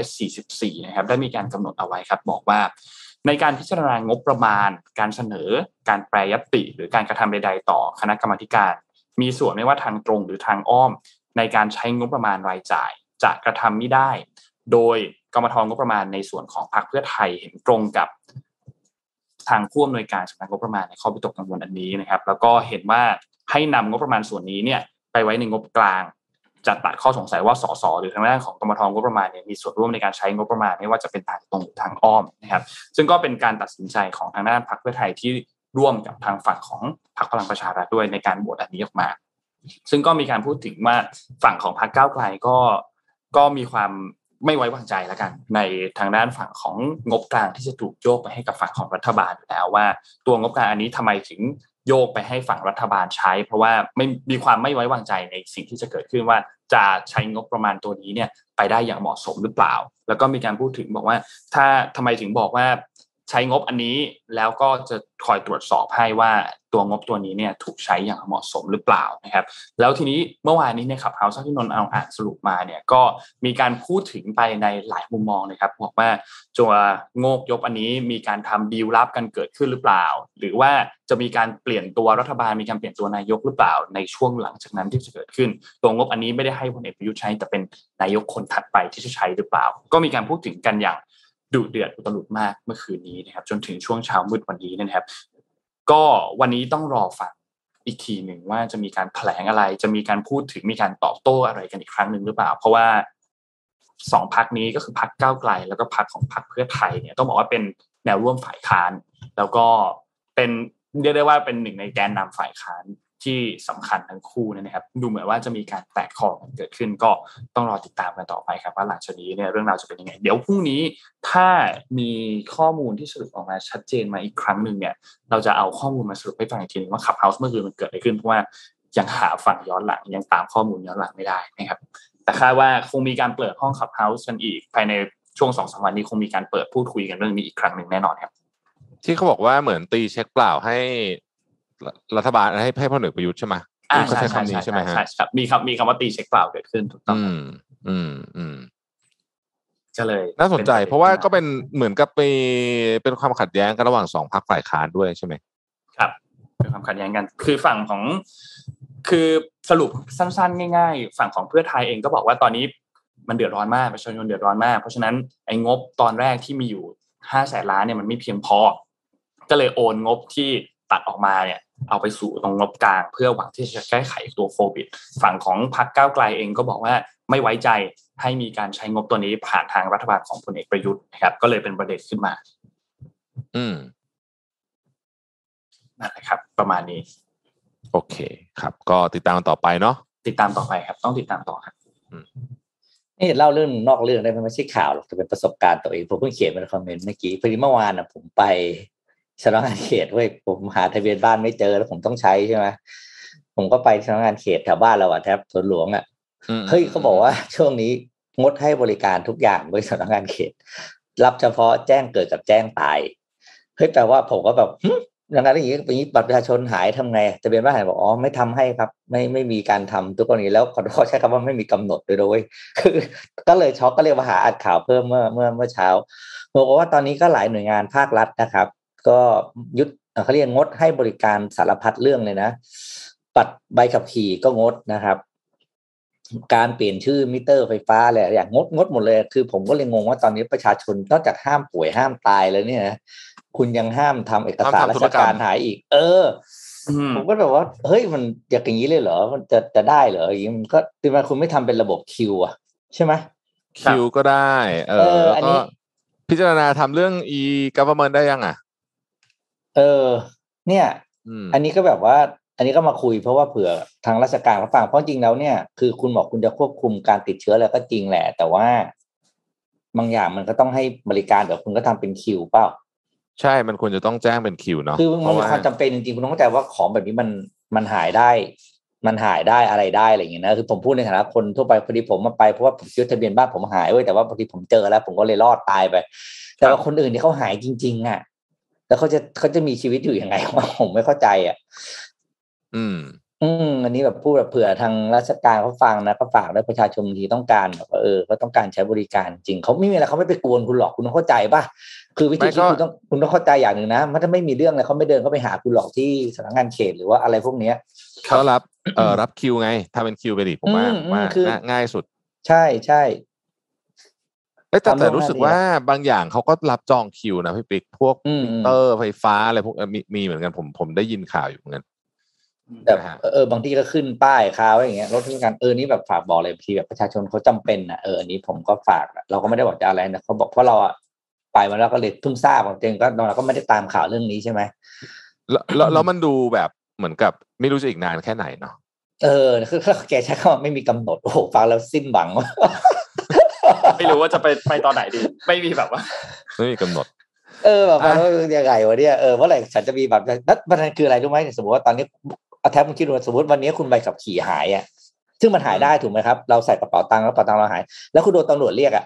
144นะครับได้มีการกำหนดเอาไว้ครับบอกว่าในการพิจารณางบประมาณการเสนอการแปรยติหรือการกระทำใดๆต่อคณะกรรมาธิการมีส่วนไม่ว่าทางตรงหรือทางอ้อมในการใช้งบประมาณรายจ่ายจะกระทำไม่ได้โดยกมธ.งบประมาณในส่วนของพรรคเพื่อไทยเห็นตรงกับทางผู้อำนวยการสำนักงบประมาณในข้อวิตกกังวลอันนี้นะครับแล้วก็เห็นว่าให้นำงบประมาณส่วนนี้เนี่ยไปไว้ในงบกลางจะตัดข้อสงสัยว่าสสหรือทางด้านของกมธ.งบประมาณเนี่ยมีส่วนร่วมในการใช้งบประมาณไม่ว่าจะเป็นทางตรงหรือทางอ้อมนะครับซึ่งก็เป็นการตัดสินใจของทางด้านพรรคเพื่อไทยที่ร่วมกับทางฝั่งของพรรคพลังประชารัฐด้วยในการโหวตอันนี้ออกมาซึ่งก็มีการพูดถึงว่าฝั่งของพรรคก้าวไกลก็มีความไม่ไว้วางใจแล้วกันในทางด้านฝั่งของงบกลางที่จะถูกโยกไปให้กับฝั่งของรัฐบาลอยู่แล้วว่าตัวงบกลางอันนี้ทำไมถึงโยกไปให้ฝั่งรัฐบาลใช้เพราะว่าไม่มีความไม่ไว้วางใจในสิ่งที่จะเกิดขึ้นว่าจะใช้งบประมาณตัวนี้เนี่ยไปได้อย่างเหมาะสมหรือเปล่าแล้วก็มีการพูดถึงบอกว่าถ้าทำไมถึงบอกว่าใช้งบอันนี้แล้วก็จะคอยตรวจสอบให้ว่าตัวงบตัวนี้เนี่ยถูกใช้อย่างเหมาะสมหรือเปล่านะครับแล้วทีนี้เมื่อวานนี้ในClubhouseที่นนท์เอาอ่านสรุปมาเนี่ยก็มีการพูดถึงไปในหลายมุมมองเลยครับบอกว่าตัวงบยกอันนี้มีการทำดีลลับกันเกิดขึ้นหรือเปล่าหรือว่าจะมีการเปลี่ยนตัวรัฐบาลมีการเปลี่ยนตัวนายกหรือเปล่าในช่วงหลังจากนั้นที่จะเกิดขึ้นตัวงบอันนี้ไม่ได้ให้พลเอกประยุทธ์ใช้แต่เป็นนายกคนถัดไปที่จะใช้หรือเปล่าก็มีการพูดถึงกันอย่างดุเดือดอุตลุดมากเมื่อคืนนี้นะครับจนถึงช่วงเช้ามืดวันนี้นะครับก็วันนี้ต้องรอฟังอีกทีหนึ่งว่าจะมีการแถลงอะไรจะมีการพูดถึงมีการตอบโต้อะไรกันอีกครั้งหนึ่งหรือเปล่าเพราะว่าสองพรรคนี้ก็คือพรรคก้าวไกลแล้วก็พรรคของพรรคเพื่อไทยเนี่ยต้องบอกว่าเป็นแนวร่วมฝ่ายค้านแล้วก็เป็นเรียกได้ว่าเป็นหนึ่งในแกนนำฝ่ายค้านที่สำคัญทั้งคู่นะครับดูเหมือนว่าจะมีการแตกคอกันเกิดขึ้นก็ต้องรอติดตามกันต่อไปครับว่าหลังจากนี้เนี่ยเรื่องราวจะเป็นยังไงเดี๋ยวพรุ่งนี้ถ้ามีข้อมูลที่สรุปออกมาชัดเจนมาอีกครั้งหนึ่งเนี่ยเราจะเอาข้อมูลมาสรุปให้ฟังอีกทีนึงว่า Clubhouse เมื่อคืนมันเกิดอะไรขึ้นเพราะว่ายังหาฝั่งย้อนหลังยังตามข้อมูลย้อนหลังไม่ได้นะครับแต่คาดว่าคงมีการเปิดห้อง Clubhouse กันอีกภายในช่วง 2-3 วันนี้คงมีการเปิดพูดคุยกันเรื่องนี้อีกครั้งนึงแน่นอนครับที่เขาบอกว่าเหมือนตีเช็คเปล่าให้รัฐบาลให้พลเอกประยุทธ์ใช่ไหมเขาใช้คำนี้ใช่ไหมฮะใช่ครับมีคำว่าตีเช็คเปล่าเกิดขึ้นถูกต้องก็เลยน่าสนใจเพราะว่าก็เป็นเหมือนกับเป็นความขัดแย้งกันระหว่างสองพรรคฝ่ายค้านด้วยใช่ไหมครับเป็นความขัดแย้งกันคือฝั่งของคือสรุปสั้นๆง่ายๆฝั่งของเพื่อไทยเองก็บอกว่าตอนนี้มันเดือดร้อนมากประชาชนเดือดร้อนมากเพราะฉะนั้นไอ้งบตอนแรกที่มีอยู่500,000 ล้านเนี่ยมันไม่เพียงพอก็เลยโอนงบที่ตัดออกมาเนี่ยเอาไปสู่ตรงงบกลางเพื่อหวังที่จะแก้ไขตัวโควิดฝั่งของพรรคก้าวไกลเองก็บอกว่าไม่ไว้ใจให้มีการใช้งบตัวนี้ผ่านทางรัฐบาลของพลเอกประยุทธ์นะครับก็เลยเป็นประเด็นขึ้นมานั่นแหละครับประมาณนี้โอเคครับก็ติดตามต่อไปเนาะติดตามต่อไปครับต้องติดตามต่อครับนี่เล่าเรื่องนอกเรื่องได้ไม่ใช่ข่าวหรอกแต่เป็นประสบการณ์ตัวเองผมเพิ่งเขียนในคอมเมนต์เมื่อกี้พอดีเมื่อวานผมไปสำนักงานเขตเว้ยผมหาทะเบียนบ้านไม่เจอแล้วผมต้องใช้ใช่ไหมผมก็ไปสำนักงานเขตแถวบ้านเราแทบสวนหลวงเฮ้ยเขาบอกว่าช่วงนี้งดให้บริการทุกอย่างโดยสำนักงานเขตรับเฉพาะแจ้งเกิดกับแจ้งตายเฮ้ยแต่ว่าผมก็แบบอย่างนั้นอย่างนี้บัตรประชาชนหายทำไงทะเบียนบ้านหายบอกไม่ทำให้ครับไม่มีการทำทุกกรณีแล้วเขาใช้คำว่าไม่มีกำหนดด้วยคือก็เลยช็อกก็เรียกว่าหาอ่านข่าวเพิ่มเมื่อเช้าบอกว่าตอนนี้ก็หลายหน่วยงานภาครัฐนะครับก็ยุดเขาเรียกงดให้บริการสารพัดเรื่องเลยนะบัตรใบขับขี่ก็งดนะครับการเปลี่ยนชื่อมิเตอร์ไฟฟ้าอะไรอย่างงดหมดเลยคือผมก็เลยงงว่าตอนนี้ประชาชนนอกจากห้ามป่วยห้ามตายแล้วเนี่ยคุณยังห้ามทำเอกสารราชการหายอีกผมก็แบบว่าเฮ้ยมันอย่างนี้เลยเหรอมันจะได้เหรออย่างนี้มันก็ทำไมคุณไม่ทำเป็นระบบคิวอะใช่ไหมคิวก็ได้แล้วก็พิจารณาทำเรื่อง e-government ได้ยังเนี่ยอันนี้ก็แบบว่าอันนี้ก็มาคุยเพราะว่าเผื่อทางราชการเขาฟังเพราะจริงแล้วเนี่ยคือคุณบอกคุณจะควบคุมการติดเชื้อแล้วก็จริงแหละแต่ว่าบางอย่างมันก็ต้องให้บริการเดี๋ยวคุณก็ทำเป็นคิวเปล่าใช่มันควรจะต้องแจ้งเป็นคิวเนาะคือมันมีความจำเป็นจริงๆคุณต้องเข้าใจว่าของแบบนี้มันหายได้อะไรได้อะไรอย่างเงี้ยนะคือผมพูดในฐานะคนทั่วไปพอดีผมมาไปเพราะว่าผมซื้อทะเบียนบ้านผมหายเว้ยแต่ว่าบางทีผมเจอแล้วผมก็เลยรอดตายไปแต่ว่าคนอื่นที่เขาหายจริงๆแล้วเขาจะมีชีวิตอยู่ยังไงวะผมไม่เข้าใจอันนี้แบบพูดแบบเผื่อทางราชการเขาฟังนะก็ฝากด้วยประชาชนที่ต้องการแบบเขาต้องการใช้บริการจริงเขาไม่มีอะไรเขาไม่ไปกวนคุณหรอกคุณต้องเข้าใจป่ะคือวิธีคิดคุณต้องเข้าใจอย่างหนึ่งนะมันถ้าไม่มีเรื่องอะไรเขาไม่เดินเข้าไปหาคุณหรอกที่สำนักงานเขตหรือว่าอะไรพวกนี้เขารับคิวไงถ้าเป็นคิวไปดิผมว่าง่ายสุดใช่ใช่แต่รู้สึกว่าบางอย่างเขาก็รับจองคิวนะพี่ปิ๊กพวกมิเตอร์ไฟฟ้าอะไรพวกมีเหมือนกันผมได้ยินข่าวอยู่เหมือนกันแบบบางทีก็ขึ้นป้ายค้าไว้อย่างเงี้ยรถทุกการนี่แบบฝากบอกเลยทีแบบประชาชนเขาจำเป็นนะอันนี้ผมก็ฝากเราก็ไม่ได้บอกจะอะไรนะเขาบอกเพราะเราไปมาแล้วก็เลยเพิ่งทราบจริงก็เราก็ไม่ได้ตามข่าวเรื่องนี้ใช่ไหมแล้วมันดูแบบเหมือนกับไม่รู้จะอีกนานแค่ไหนเนาะคือแกใช้คำว่าไม่มีกำหนดโอ้โหฟังแล้วสิ้นหวังไม่รู้ว่าจะไปตอนไหนดีไม่มีแบบว่าไม่มีกำหนดแบบว่ายังไงวะเนี่ยเมื่อไหร่ฉันจะมีแบบนั้นมันคืออะไรรู้ไหมสมมติว่าตอนนี้แทบคุณคิดดูสมมติวันนี้คุณใบขับขี่หายซึ่งมันหายได้ถูกไหมครับเราใส่กระเป๋าตังค์แล้วกระเป๋าตังค์เราหายแล้วคุณโดนตำรวจเรียก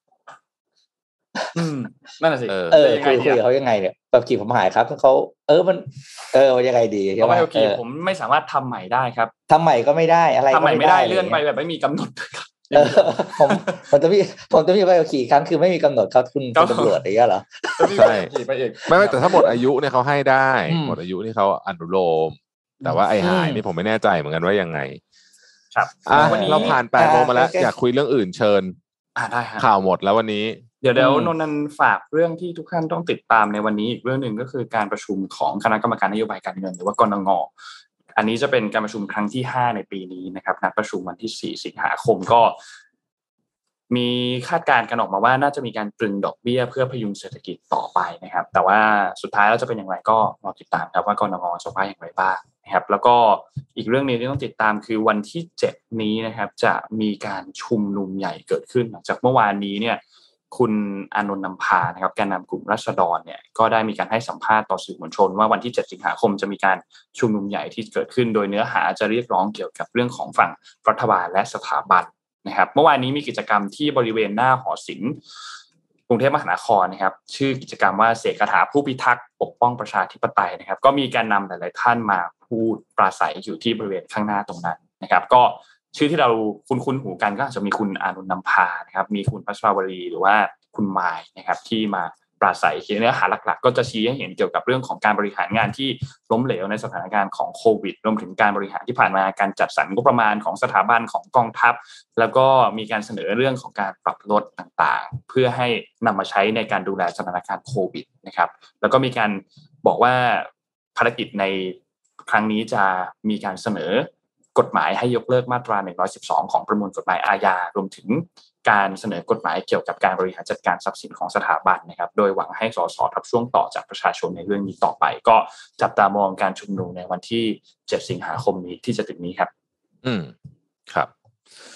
นั่นแหละสิคุยเขายังไงเนี่ยแบบขี่ผมหายครับเขามันยังไงดีใช่ไหมโอเคผมไม่สามารถทำใหม่ได้ครับทำใหม่ก็ไม่ได้อะไรทำใหม่ไม่ได้เลื่อนไปแบบไม่มีกำหนดผมจะมีใบขับขี่ครั้งคือไม่มีกำหนดครับคุณตำรวจอะไรเหรอใช่ไม่แต่ถ้าหมดอายุเนี่ยเขาให้ได้หมดอายุที่เขาอนุโลมแต่ว่าไอ้หายนี่ผมไม่แน่ใจเหมือนกันว่ายังไงครับเราผ่าน8 โมงมาแล้วอยากคุยเรื่องอื่นเชิญได้ฮะข่าวหมดแล้ววันนี้เดี๋ยวนนท์ฝากเรื่องที่ทุกท่านต้องติดตามในวันนี้อีกเรื่องหนึ่งก็คือการประชุมของคณะกรรมการนโยบายการเงินหรือว่ากนง.อันนี้จะเป็นการประชุมครั้งที่5ในปีนี้นะครับนัดประชุมวันที่4 สิงหาคมก็มีคาดการณ์กันออกมาว่าน่าจะมีการตรึงดอกเบี้ยเพื่อพยุงเศรษฐกิจต่อไปนะครับแต่ว่าสุดท้ายแล้วจะเป็นอย่างไรก็รอติดตามครับว่ากนง.จะว่าอย่างไรบ้างนะครับแล้วก็อีกเรื่องนึงที่ต้องติดตามคือวันที่7นี้นะครับจะมีการชุมนุมใหญ่เกิดขึ้นหลังจากเมื่อวานนี้เนี่ยคุณอานนท์นำพานะครับแกนนำกลุ่มราษฎรเนี่ยก็ได้มีการให้สัมภาษณ์ต่อสื่อมวลชนว่าวันที่7 สิงหาคมจะมีการชุมนุมใหญ่ที่เกิดขึ้นโดยเนื้อหาจะเรียกร้องเกี่ยวกับเรื่องของฝั่งรัฐบาลและสถาบันนะครับเมื่อวานนี้มีกิจกรรมที่บริเวณหน้าหอศิลป์กรุงเทพมหานครนะครับชื่อกิจกรรมว่าเสกคาถาผู้พิทักษ์ปกป้องประชาธิปไตยนะครับก็มีแกนนำหลายๆท่านมาพูดปราศัยอยู่ที่บริเวณข้างหน้าตรงนั้นนะครับก็ชื่อที่เราคุ้นหูกันก็อาจจะมีคุณอานนท์นำพานะครับมีคุณพัชรวรีหรือว่าคุณมายนะครับที่มาปราศัยเนื้อหาหลักๆก็จะชี้ให้เห็นเกี่ยวกับเรื่องของการบริหารงานที่ล้มเหลวในสถานการณ์ของโควิดรวมถึงการบริหารที่ผ่านมาการจัดสรรงบประมาณของสถาบันของกองทัพแล้วก็มีการเสนอเรื่องของการปรับลดต่างๆเพื่อให้นำมาใช้ในการดูแลสถานการณ์โควิดนะครับแล้วก็มีการบอกว่าภารกิจในครั้งนี้จะมีการเสนอกฎหมายให้ยกเลิกมาตรา112ของประมวลกฎหมายอาญารวมถึงการเสนอกฎหมายเกี่ยวกับการบริหารจัดการทรัพย์สินของสถาบันนะครับโดยหวังให้สสทับช่วงต่อจากประชาชนในเรื่องนี้ต่อไปก็จับตามองการชุมนุมในวันที่7 สิงหาคมนี้ที่จะถึงนี้ครับครับไป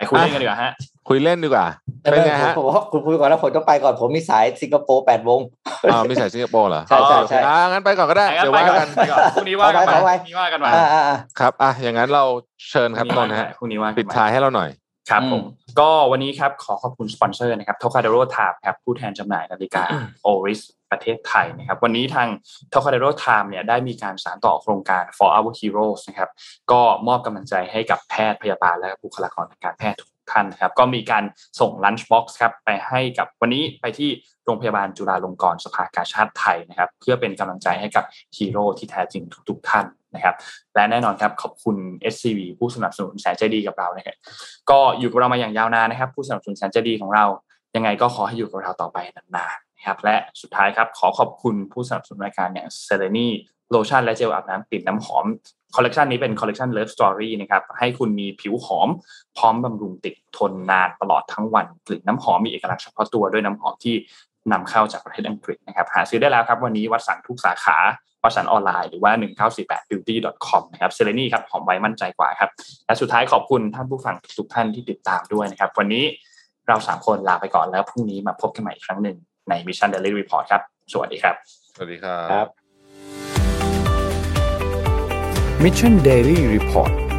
คุยเล่นกันดีกว่าฮะคุยเล่นดีกว่าเป็นไงฮะผมว่าคุณคุยก่อนแล้วผมต้องไปก่อนผมมีสายสิงคโปร์8 วงมีสายสิงคโปร์เหรอใช่งั้นไปก่อนก็ได้เดี๋ยวว่ากันพรุ่งนี้ว่ากันใหม่พรุ่งนี้ว่ากันใหม่ครับอย่างนั้นเราเชิญครับนนท์ฮะพรุ่งนี้ว่าปิดท้ายให้เราหน่อยครับผมก็วันนี้ครับขอบคุณสปอนเซอร์นะครับ Tocadero Time ครับผู้แทนจำหน่ายนาฬิกา Oris ประเทศไทยนะครับวันนี้ทาง Tocadero Time เนี่ยได้มีการสานต่อโครงการ For Our Heroes นะครับก็มอบกำลังใจให้กับแพทย์พยาบาลและบุคลากรทางการแพทย์ทุกท่านครับก็มีการส่ง Lunch Box ครับไปให้กับวันนี้ไปที่โรงพยาบาลจุฬาลงกรณ์สภากาชาดไทยนะครับเพื่อเป็นกำลังใจให้กับฮีโร่ที่แท้จริงทุกท่านนะครับและแน่นอนครับขอบคุณ SCB ผู้สนับสนุนแสนใจดีกับเรานะครับก็อยู่กับเรามาอย่างยาวนานนะครับผู้สนับสนุนแสนใจดีของเรายังไงก็ขอให้อยู่กับเราต่อไปนานๆนะครับและสุดท้ายครับขอขอบคุณผู้สนับสนุนรายการอย่าง Serenity โลชั่นและเจลอาบน้ำกลิ่นน้ำหอมคอลเลคชันนี้เป็นคอลเลคชัน Love Story นะครับให้คุณมีผิวหอมพร้อมบำรุงติดทนนานตลอดทั้งวันกลิ่นน้ำหอมมีเอกลักษณ์เฉพาะตัวด้วยน้ำหอมที่นำเข้าจากประเทศอังกฤษนะครับหาซื้อได้แล้วครับวันนี้วัดสันทุกสาขาวัดสันออนไลน์หรือว่า 1948beauty.com นะครับเซเลนี่ครับหอมไว้มั่นใจกว่าครับและสุดท้ายขอบคุณท่านผู้ฟังทุกท่านที่ติดตามด้วยนะครับวันนี้เรา3คนลาไปก่อนแล้วพรุ่งนี้มาพบกันใหม่อีกครั้งหนึ่งใน Mission Daily Report ครับสวัสดีครับสวัสดีครับ Mission Daily Report